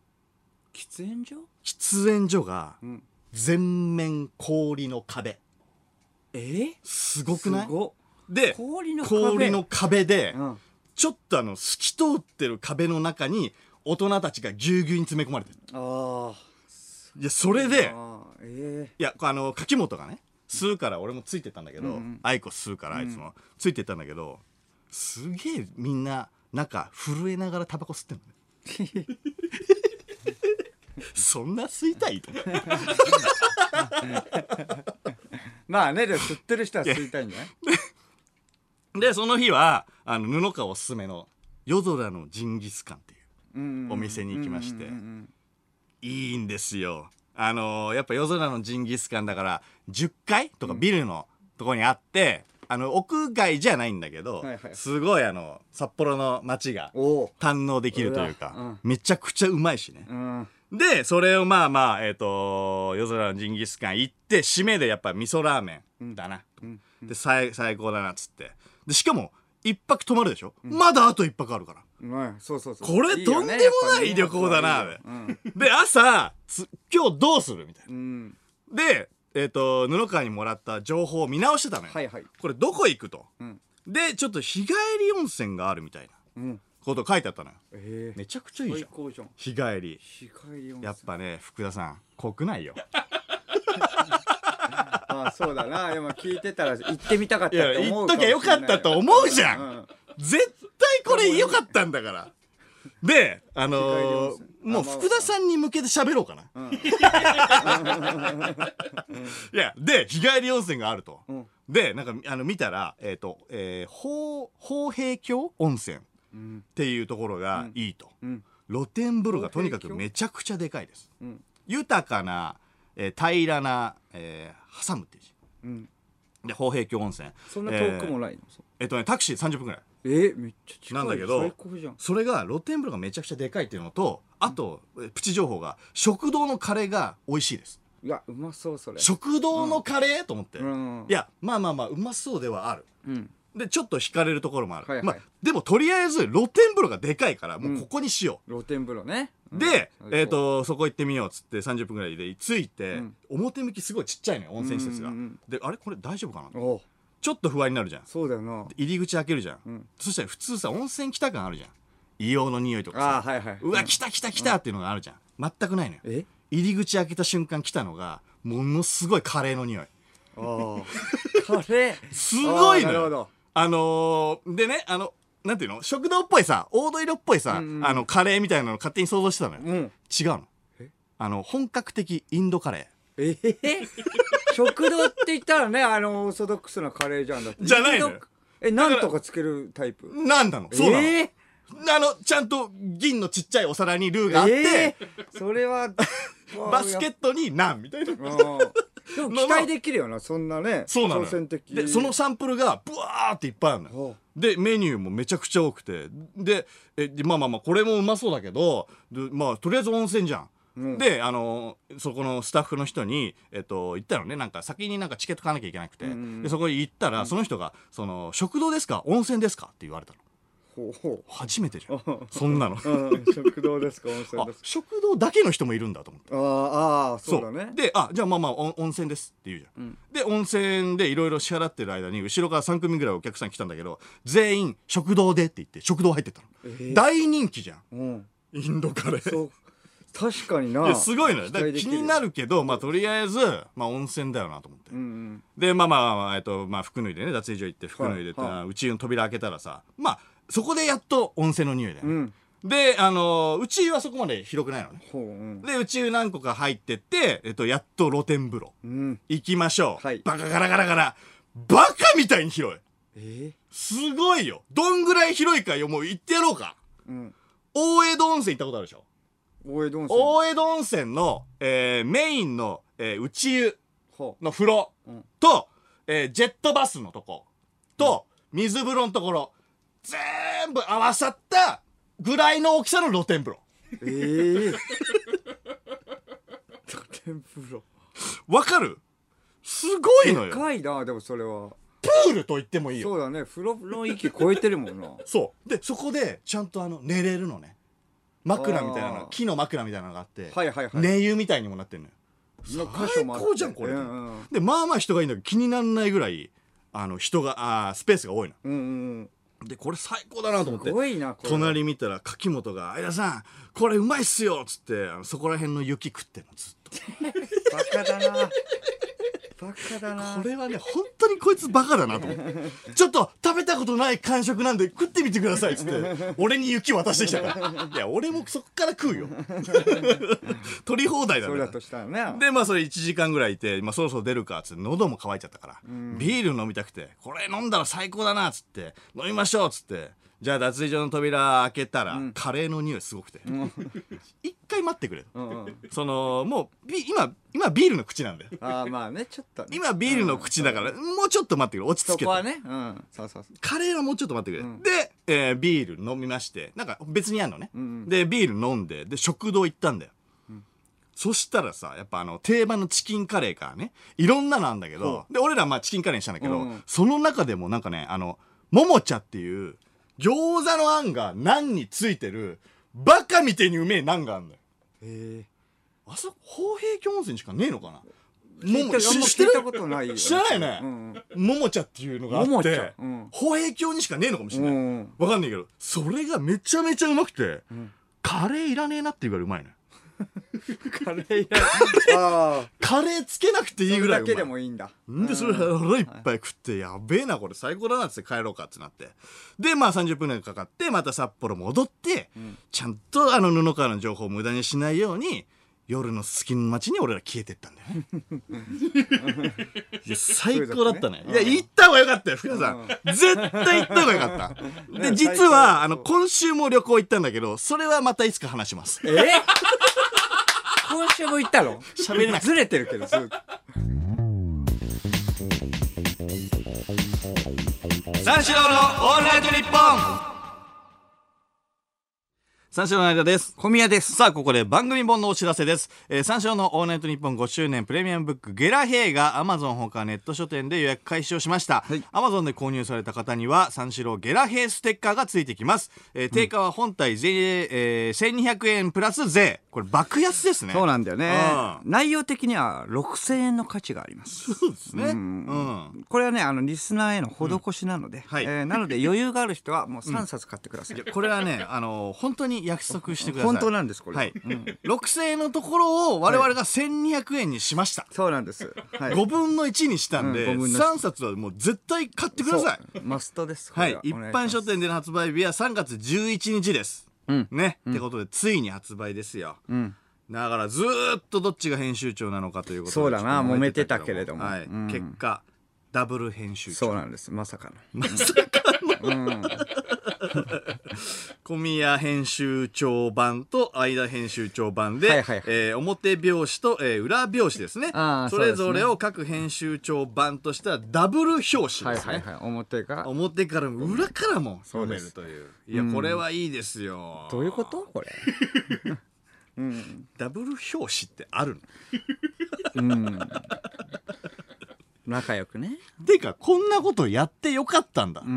Speaker 1: 喫煙所が全面氷の壁。すごくない？で氷の壁で、ちょっと透き通ってる壁の中に大人たちがぎゅうぎゅうに詰め込まれてる。いやそれで、いや柿本がね吸うから俺もついてったんだけど、アイコ吸うからあいつもついてったんだけど、すげえみんな中震えながらタバコ吸ってんのねそんな吸いたいと
Speaker 2: まあね、でも吸ってる人は吸いたいんじゃない
Speaker 1: でその日は布川おすすめの夜空のジンギスカンっていうお店に行きまして、いいんですよ。やっぱ夜空のジンギスカンだから10階とかビルのとこにあって、屋外じゃないんだけど、すごい札幌の街が堪能できるというか、めちゃくちゃうまいしね、でそれをまあまあ夜空のジンギスカン行って、締めでやっぱ味噌ラーメンだな、で最高だなっつって、でしかも一泊泊まるでしょ、まだあと一泊あるから、これとんでもない旅行だな。で朝今日どうするみたいな、で布川にもらった情報を見直してたのよ、これどこ行くと、でちょっと日帰り温泉があるみたいなこと書いてあったのよ、めちゃくちゃいいじゃん日帰り。やっぱね福田さん国内よ
Speaker 2: そうだな。でも聞いてたら行ってみたかったって思うかもしれない。
Speaker 1: 行っときゃよかったと思うじゃん、絶対これ良かったんだから。でもう福田さんに向けて喋ろうかな、いやで日帰り温泉があると、でなんか見たら豊平峡温泉っていうところがいいと、露天風呂がとにかくめちゃくちゃでかいです、豊かな、平らな、挟むっていう字、で豊平峡温泉、
Speaker 2: そんな遠くもないの？
Speaker 1: タクシー30分ぐらい
Speaker 2: めっちゃ近い
Speaker 1: なんだけど、それが露天風呂がめちゃくちゃでかいっていうのと、あとプチ情報が食堂のカレーが美味しいです。
Speaker 2: いやうまそうそれ。
Speaker 1: 食堂のカレーと思って、いやまあまあまあうまそうではある、でちょっと惹かれるところもある、でもとりあえず露天風呂がでかいからもうここにしよう、
Speaker 2: 露天風呂ね。
Speaker 1: でそこ行ってみようっつって30分ぐらいで着いて、表向きすごいちっちゃいね温泉施設が、であれこれ大丈夫かな、ちょっと不安になるじゃん。
Speaker 2: そうだよな。
Speaker 1: 入り口開けるじゃん、そしたら普通さ温泉来た感あるじゃん、硫黄の匂いとかさ、うわ来た来た来たっていうのがあるじゃん、全くないのよ。 入り口開けた瞬間来たのがものすごいカレーの匂い。
Speaker 2: カレー
Speaker 1: すごいのよ。
Speaker 2: なるほど。
Speaker 1: でねなんていうの、食堂っぽいさ、黄土色っぽいさ、カレーみたいなの勝手に想像してたのよ、違うの。本格的インドカレー。
Speaker 2: 食堂って言ったらね、オーソドックスなカレーじゃん。だって
Speaker 1: じゃないのよ。
Speaker 2: なんとかつけるタイプ
Speaker 1: なんだの。そうなの。ちゃんと銀のちっちゃいお皿にルーがあって、
Speaker 2: それは
Speaker 1: バスケットにナンみたいな。
Speaker 2: でも期待できるよな、そんなね。
Speaker 1: そうなのよ。
Speaker 2: 挑戦的
Speaker 1: でそのサンプルがブワーっていっぱいあるのよ。でメニューもめちゃくちゃ多くて、でまあこれもうまそうだけど、まあとりあえず温泉じゃん。でそこのスタッフの人に言ったのね、なんか先になんかチケット買わなきゃいけなくて、でそこに行ったら、その人が食堂ですか温泉ですかって言われたの。初めてじゃんそんなの。
Speaker 2: 食堂ですか温泉ですか。
Speaker 1: 食堂だけの人もいるんだと思って。
Speaker 2: ああそうだね。
Speaker 1: でじゃあまあ温泉ですって言うじゃん。で温泉でいろいろ支払ってる間に後ろから3組ぐらいお客さん来たんだけど、全員食堂でって言って食堂入ってったの。大人気じゃんインドカレー。
Speaker 2: 確かにな。
Speaker 1: すごいのよ。だから気になるけど、まあとりあえず温泉だよなと思って、でまあ服脱いでね、脱衣所行って服脱いでうちの扉開けたらさ、まあそこでやっと温泉の匂いだよね。でうちはそこまで広くないのね。でうち何個か入ってって、やっと露天風呂行きましょう。バカガラガラガラ、バカみたいに広い。すごいよ。どんぐらい広いかよ、もう行ってやろうか。大江戸温泉行ったことあるでしょ。大江戸温泉のメインの内湯の風呂とジェットバスのとこと水風呂のところ全部合わさったぐらいの大きさの露天風呂。露天風呂わかる？すごいのよ。
Speaker 2: でかいな。でもそれは
Speaker 1: プールと言ってもいいよ。
Speaker 2: そうだね、風呂の域超えてるもんな。
Speaker 1: そうでそこでちゃんと寝れるのね。枕みたいなの、木の枕みたいなのがあって、寝湯みたいにもなってるのよ。最高じゃんこれ。でまあまあ人がいいんだけど気にならないぐらい人がスペースが多いの。でこれ最高だなと思って、
Speaker 2: すごいな。
Speaker 1: 隣見たら柿本が「相田さんこれうまいっすよ」っつってそこら辺の雪食ってんのずっと。
Speaker 2: バカだな。バカだな。
Speaker 1: これはね本当にこいつバカだなと思ってちょっと食べたことない感触なんで食ってみてくださいっつって俺に雪渡してきたから。いや俺もそっから食うよ取り放題だね。
Speaker 2: それだとしたらね。
Speaker 1: でまあそれ1時間ぐらいいて、そろそろ出るかっつって喉も渇いちゃったから、ビール飲みたくてこれ飲んだら最高だなっつって飲みましょうっつって、じゃあ脱衣所の扉開けたら、カレーの匂いすごくて、一回待ってくれ、もう今ビールの口なんだよ。
Speaker 2: まあね、ちょっとね、
Speaker 1: 今ビールの口だから、もうちょっと待ってくれ、落ち着けて。
Speaker 2: そこはね、
Speaker 1: カレーはもうちょっと待ってくれ、で、ビール飲みまして、なんか別にあるのね、でビール飲んで、で食堂行ったんだよ。そしたらさ、やっぱ定番のチキンカレーからね、いろんなのあんだけど、で俺らまあチキンカレーにしたんだけど、その中でもなんかね、もも茶っていう餃子のあんがナンについてるバカみてえにうめえナンがあんのよ。あそこ豊平峡温泉しかねえのかな。
Speaker 2: 聞いたことないよ。
Speaker 1: 知らないね。もも茶っていうのがあって、豊平峡にしかねえのかもしれない。わかんないけど、それがめちゃめちゃうまくて、カレーいらねえなっていうぐらいうまいね。
Speaker 2: カレーいら
Speaker 1: カレーつけなくていいぐらいうまい。
Speaker 2: それだけでもいいんだ。
Speaker 1: でそれ腹いっぱい食って、やべえなこれ最高だなっつって帰ろうかってなって、でまあ30分ぐらいかかってまた札幌戻って、ちゃんと布川の情報を無駄にしないように夜のすすきの街に俺ら消えてったんだよね。いや最高だったね。いや行った方がよかったよ福田さん、絶対行った方がよかった。で実は今週も旅行行ったんだけど、それはまたいつか話します。
Speaker 2: 今週も行ったの？
Speaker 1: 喋れない。
Speaker 2: ずれてるけどずっと。
Speaker 1: 三四郎のオールナイトニッポン。三四郎の間です。
Speaker 2: 小宮です。
Speaker 1: さあここで番組本のお知らせです。三四郎のオールナイトニッポン5周年プレミアムブックゲラヘイが Amazon ほかネット書店で予約開始をしました。Amazon で購入された方には三四郎ゲラヘイステッカーがついてきます。定価は本体税、1200円プラス税。これ爆安ですね。
Speaker 2: そうなんだよね。内容的には6000円の価値があります。
Speaker 1: そうですね。
Speaker 2: これはねリスナーへの施しなので、なので余裕がある人はもう3冊買ってください。
Speaker 1: これはね本当にに約束してください。
Speaker 2: 本当なんですこれ。
Speaker 1: はい、6000円のところを我々が1200円にしました。
Speaker 2: そうなんです。はい、
Speaker 1: 5分の1にしたんで、3冊はもう絶対買ってください。
Speaker 2: マストです。
Speaker 1: はい、一般書店での発売日は3月11日です。ね、ってことでついに発売ですよ。だからずっとどっちが編集長なのかということで、
Speaker 2: そうだな、揉めてたけれども、
Speaker 1: はい、結果ダブル編集長。
Speaker 2: そうなんです。まさかの
Speaker 1: 小宮編集長版と相田編集長版で、表表紙と、裏表紙ですね。それぞれを各編集長版としたダブル表紙ですね。表からも裏からも読めるという。いや、これはいいですよ。
Speaker 2: どういうことこれ
Speaker 1: ダブル表紙ってあるの？
Speaker 2: 仲良くね。
Speaker 1: てかこんなことやってよかったんだ。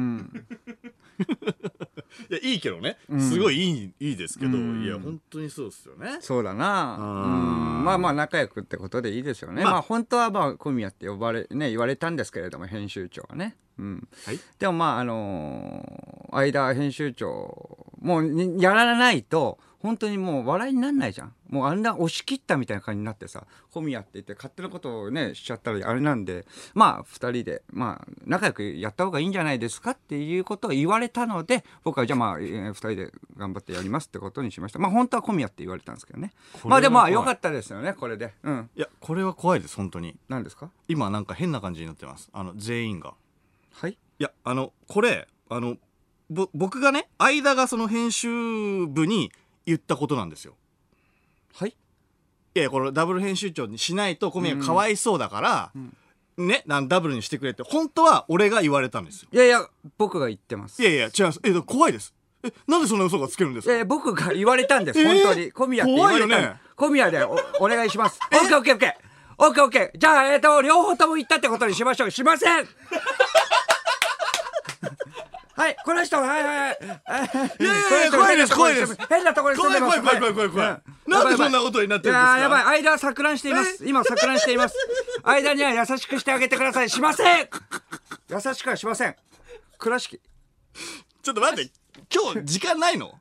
Speaker 1: いや、いいけどね、すごいいいですけど、いや本当にそうですよね。
Speaker 2: そうだな。まあまあ仲良くってことでいいですよね。まあ本当はまあ小宮って言われたんですけれども、編集長はね。でもまあ相田編集長もうやらないと本当にもう笑いにならないじゃん。もうあんな押し切ったみたいな感じになってさ、小宮って言って勝手なことをねしちゃったらあれなんで、まあ2人でまあ仲良くやった方がいいんじゃないですかっていうことを言われたので、僕はじゃあまあ2人で頑張ってやりますってことにしました。まあ本当は小宮って言われたんですけどね。まあでもまあ良かったですよねこれで。
Speaker 1: いや、これは怖いです本当に。
Speaker 2: 何ですか？
Speaker 1: 今なんか変な感じになってます。全員が。
Speaker 2: はい。
Speaker 1: いや、これ僕がね、間がその編集部に言ったことなんですよ。
Speaker 2: はい。
Speaker 1: いや、このダブル編集長にしないと小宮かわいそうだから、ね、ダブルにしてくれって本当は俺が言われたんですよ。
Speaker 2: いやいや、僕が言ってます。
Speaker 1: いやいや、違います。怖いです。なんでそんな嘘がつけるんですか？
Speaker 2: いや僕が言われたんです、本当に。小宮って言われた。怖いよね。小宮でお願いします。オッケーオッケーオッケーオッケーオッケー。じゃあ両方とも言ったってことにしましょう。しませんはい、この人、はい。いやい
Speaker 1: や、怖いです。
Speaker 2: 変なところに住んでます。
Speaker 1: 怖い。なんでそんなことになってるんですか？
Speaker 2: やばい、間は錯乱しています。今錯乱しています。間には優しくしてあげてください。しません。優しくはしません。倉敷。
Speaker 1: ちょっと待って、今日時間ないの？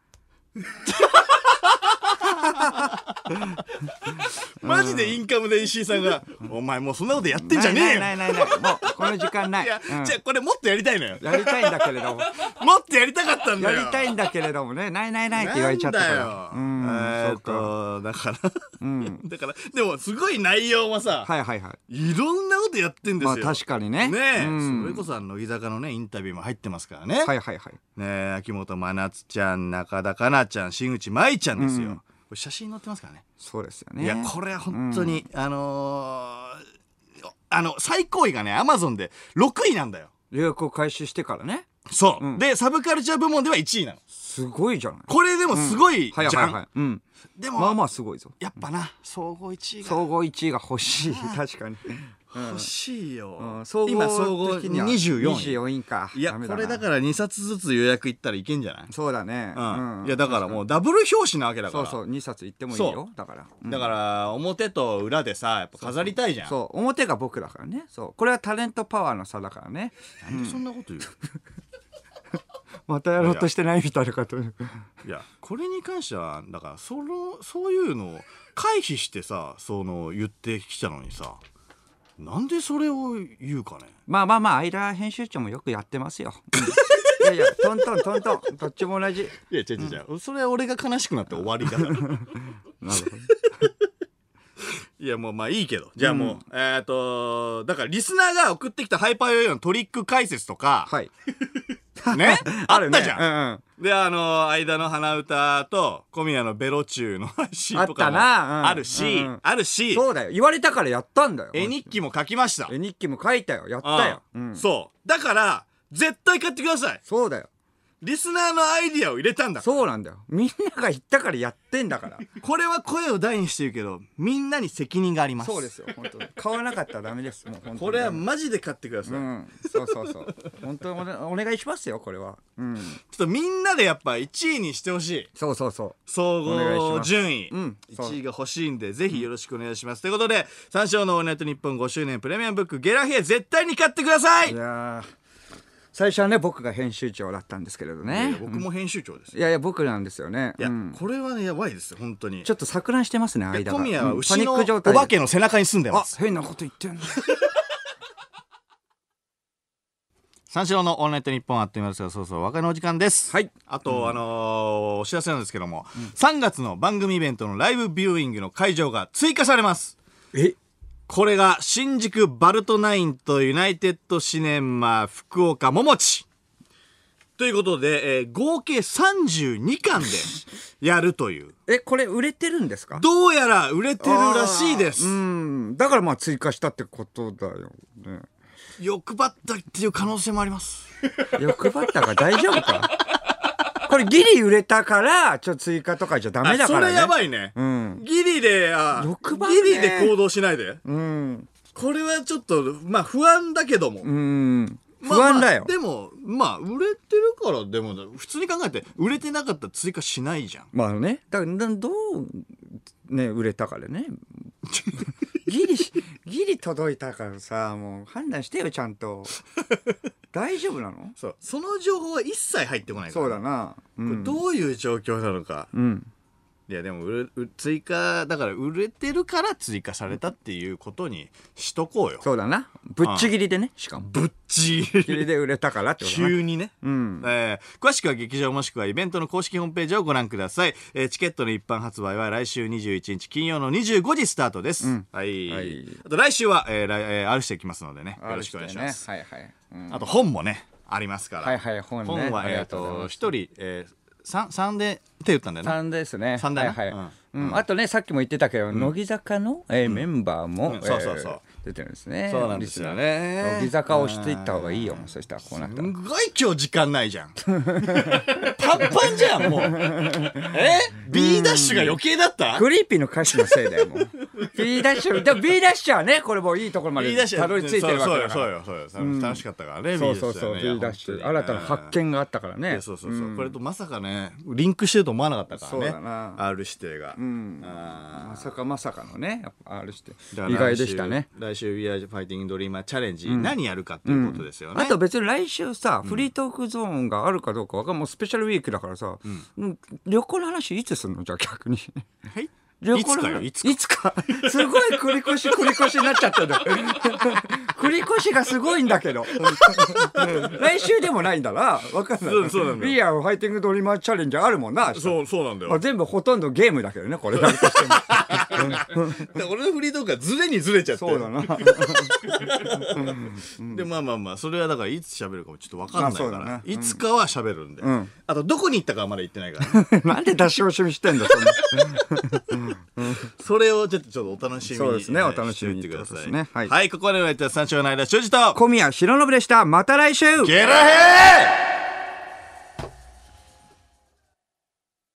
Speaker 1: マジでインカムで石井さんが「お前もうそんなことやってんじゃねえよ」
Speaker 2: ないもうこの時間ない。
Speaker 1: いや、じゃあこれもっとやりたいのよ。
Speaker 2: やりたいんだけれども
Speaker 1: もっとやりたかったんだよ。
Speaker 2: やりたいんだけれどもね、ないって言われちゃったから。
Speaker 1: だからでもすごい内容はさ、いろんなことやってんですよ。
Speaker 2: まあ確かにね。
Speaker 1: それこそ乃木坂のねインタビューも入ってますからね。ね、秋元真夏ちゃん、中田香菜ちゃん、新内舞ちゃんですよ。これ写真載ってますからね。
Speaker 2: そうですよね。
Speaker 1: いや、これは本当に最高位がね Amazon で6位なんだよ。
Speaker 2: 予約を開始してからね。
Speaker 1: そう、でサブカルチャー部門では1位なの。
Speaker 2: すごいじゃない。
Speaker 1: これでもすごいじゃん。でも
Speaker 2: まあまあすごいぞ。
Speaker 1: やっぱな、総合1位が
Speaker 2: 欲しい。確かに
Speaker 1: 欲しいよ。
Speaker 2: 今総合24位か。
Speaker 1: いや、これだから2冊ずつ予約いったらいけんじゃない？
Speaker 2: そうだね。
Speaker 1: いや、だからもうダブル表紙なわけだから。
Speaker 2: そう2冊いってもいいよ。だ
Speaker 1: から表と裏でさ、やっぱ飾りたいじゃん。
Speaker 2: そう表が僕だからね。そうこれはタレントパワーの差だからね。
Speaker 1: なんでそんなこと言う？
Speaker 2: またやろうとしてないみたいなこと。い
Speaker 1: や、これに関してはだからそういうのを回避してさ、言ってきたのにさ、なんでそれを言うかね。
Speaker 2: まあ間編集長もよくやってますよ。いやトントンどっちも同じ。
Speaker 1: いや違う、それは俺が悲しくなって終わりだから。なるほど。いやもうまあいいけど、じゃあもうだからリスナーが送ってきたハイパーヨーヨーのトリック解説とかねあったじゃん。で間の鼻歌と小宮のベロチューのシーンとかもあるし、
Speaker 2: そうだよ、言われたからやったんだよ。
Speaker 1: 絵日記も書きました。
Speaker 2: 絵日記も書いたよ、やったよ。
Speaker 1: そうだから絶対買ってください。
Speaker 2: そうだよ、
Speaker 1: リスナーのアイディアを入れたんだ。
Speaker 2: そうなんだよ、みんなが言ったからやってんだから。
Speaker 1: これは声を大にしてるけどみんなに責任があります。
Speaker 2: そうですよ、本当に買わなかったらダメです。もう本当に
Speaker 1: これはマジで買ってください。
Speaker 2: そう本当にお願いしますよ、これは。
Speaker 1: ちょっとみんなでやっぱ1位にしてほしい。
Speaker 2: そう
Speaker 1: 総合順位1位が欲しいんで、ぜひよろしくお願いします。ということで三四郎のオールナイトニッポン5周年プレミアムブックゲラヘイ絶対に買ってください。
Speaker 2: いや最初はね僕が編集長だったんですけれどね。
Speaker 1: 僕も編集長です。
Speaker 2: いやいや僕なんですよね。
Speaker 1: いや、これはねやばいですよ本当に。
Speaker 2: ちょっと錯乱してますね間が。
Speaker 1: 小宮は牛のお化けの背中に住んでます。
Speaker 2: 変なこと言ってんの。
Speaker 1: 三四郎のオールナイトニッポンあっという間ですが、そうそうお別れのお時間です。
Speaker 2: はい。
Speaker 1: あと、お知らせなんですけども、3月の番組イベントのライブビューイングの会場が追加されます。これが新宿バルトナインとユナイテッドシネマ福岡ももちということで、合計32巻でやるという。
Speaker 2: これ売れてるんですか？
Speaker 1: どうやら売れてるらしいです。
Speaker 2: だからまあ追加したってことだよね。
Speaker 1: 欲張ったっていう可能性もあります。
Speaker 2: 欲張ったから大丈夫か？これギリ売れたからちょっと追加とかじゃダメだからね。
Speaker 1: それやばいね。ギリで
Speaker 2: 欲張るね。
Speaker 1: ギリで行動しないで。これはちょっとまあ不安だけども。
Speaker 2: 不安だよ。
Speaker 1: でもまあ売れてるからでも普通に考えて売れてなかったら追加しないじゃん。
Speaker 2: まあね。だからどうね売れたからね。ギリ届いたからさもう判断してよちゃんと。大丈夫なの？
Speaker 1: その情報は一切入ってこないから。
Speaker 2: そうだな。
Speaker 1: これどういう状況なのか。いやでも追加だから売れてるから追加されたっていうことにしとこうよ。
Speaker 2: そうだな。ぶっちぎりでね。しかも
Speaker 1: ぶっちぎり
Speaker 2: で売れたからってことな。
Speaker 1: 急にね。詳しくは劇場もしくはイベントの公式ホームページをご覧ください。チケットの一般発売は来週21日金曜の25時スタートです。はい。あと来週はRしてきますのでね。よろしくお願いします。あと本もねありますから。本は一人3で手打ったんだよね。
Speaker 2: 3ですね。
Speaker 1: 3だ
Speaker 2: な。あとねさっきも言ってたけど乃木坂のメンバーも出てるんですね。
Speaker 1: そうなんですよね。
Speaker 2: 乃木坂をしていった方がいいよ。そしたらこうなったら。
Speaker 1: すごい今日時間ないじゃん。パンパンじゃんもう。B ダッシュが余計だった？
Speaker 2: クリーピーの歌詞のせいだよもう。B ダッシュでも B ダッシュはねこれもういいところまでたどり着いてるわけだから。
Speaker 1: そうよ楽しかったからね。
Speaker 2: そう B ダッシュ新たな発見があったからね。
Speaker 1: そうこれとまさかねリンクしてると思わなかったからね。そうだな。R 指定が。
Speaker 2: まさかのね R 指定意外でしたね。
Speaker 1: 来週 We Are Fighting Dreamer チャレンジ何やるかっていうことですよね。
Speaker 2: あと別に来週さフリートークゾーンがあるかどうかわかんない。もうスペシャルウィークだからさ旅行の話いつするの？じゃあ逆に。はい。
Speaker 1: いつかよいつか
Speaker 2: すごい繰り越しになっちゃったんだ。繰り越しがすごいんだけど来週でもないんだな。分かんない。そうなんだよ。We Are Fighting Dreamer チャレンジあるもんな。
Speaker 1: そうなんだよ。
Speaker 2: 全部ほとんどゲームだけどねこれだとしても。
Speaker 1: 俺のフリートークがずれにずれちゃって。そうだな。でまあそれはだからいつ喋るかもちょっと分かんないからいつかは喋るんで。あとどこに行ったかはまだ言ってないから。
Speaker 2: なんで出し惜しみしてんだそんな。
Speaker 1: それをちょっとお楽しみに。
Speaker 2: そうですねお楽しみにしてくださいね。
Speaker 1: はいここまでの相手は三四郎の間修二と
Speaker 2: 小宮浩信でした。また来週。
Speaker 1: ゲラヘー。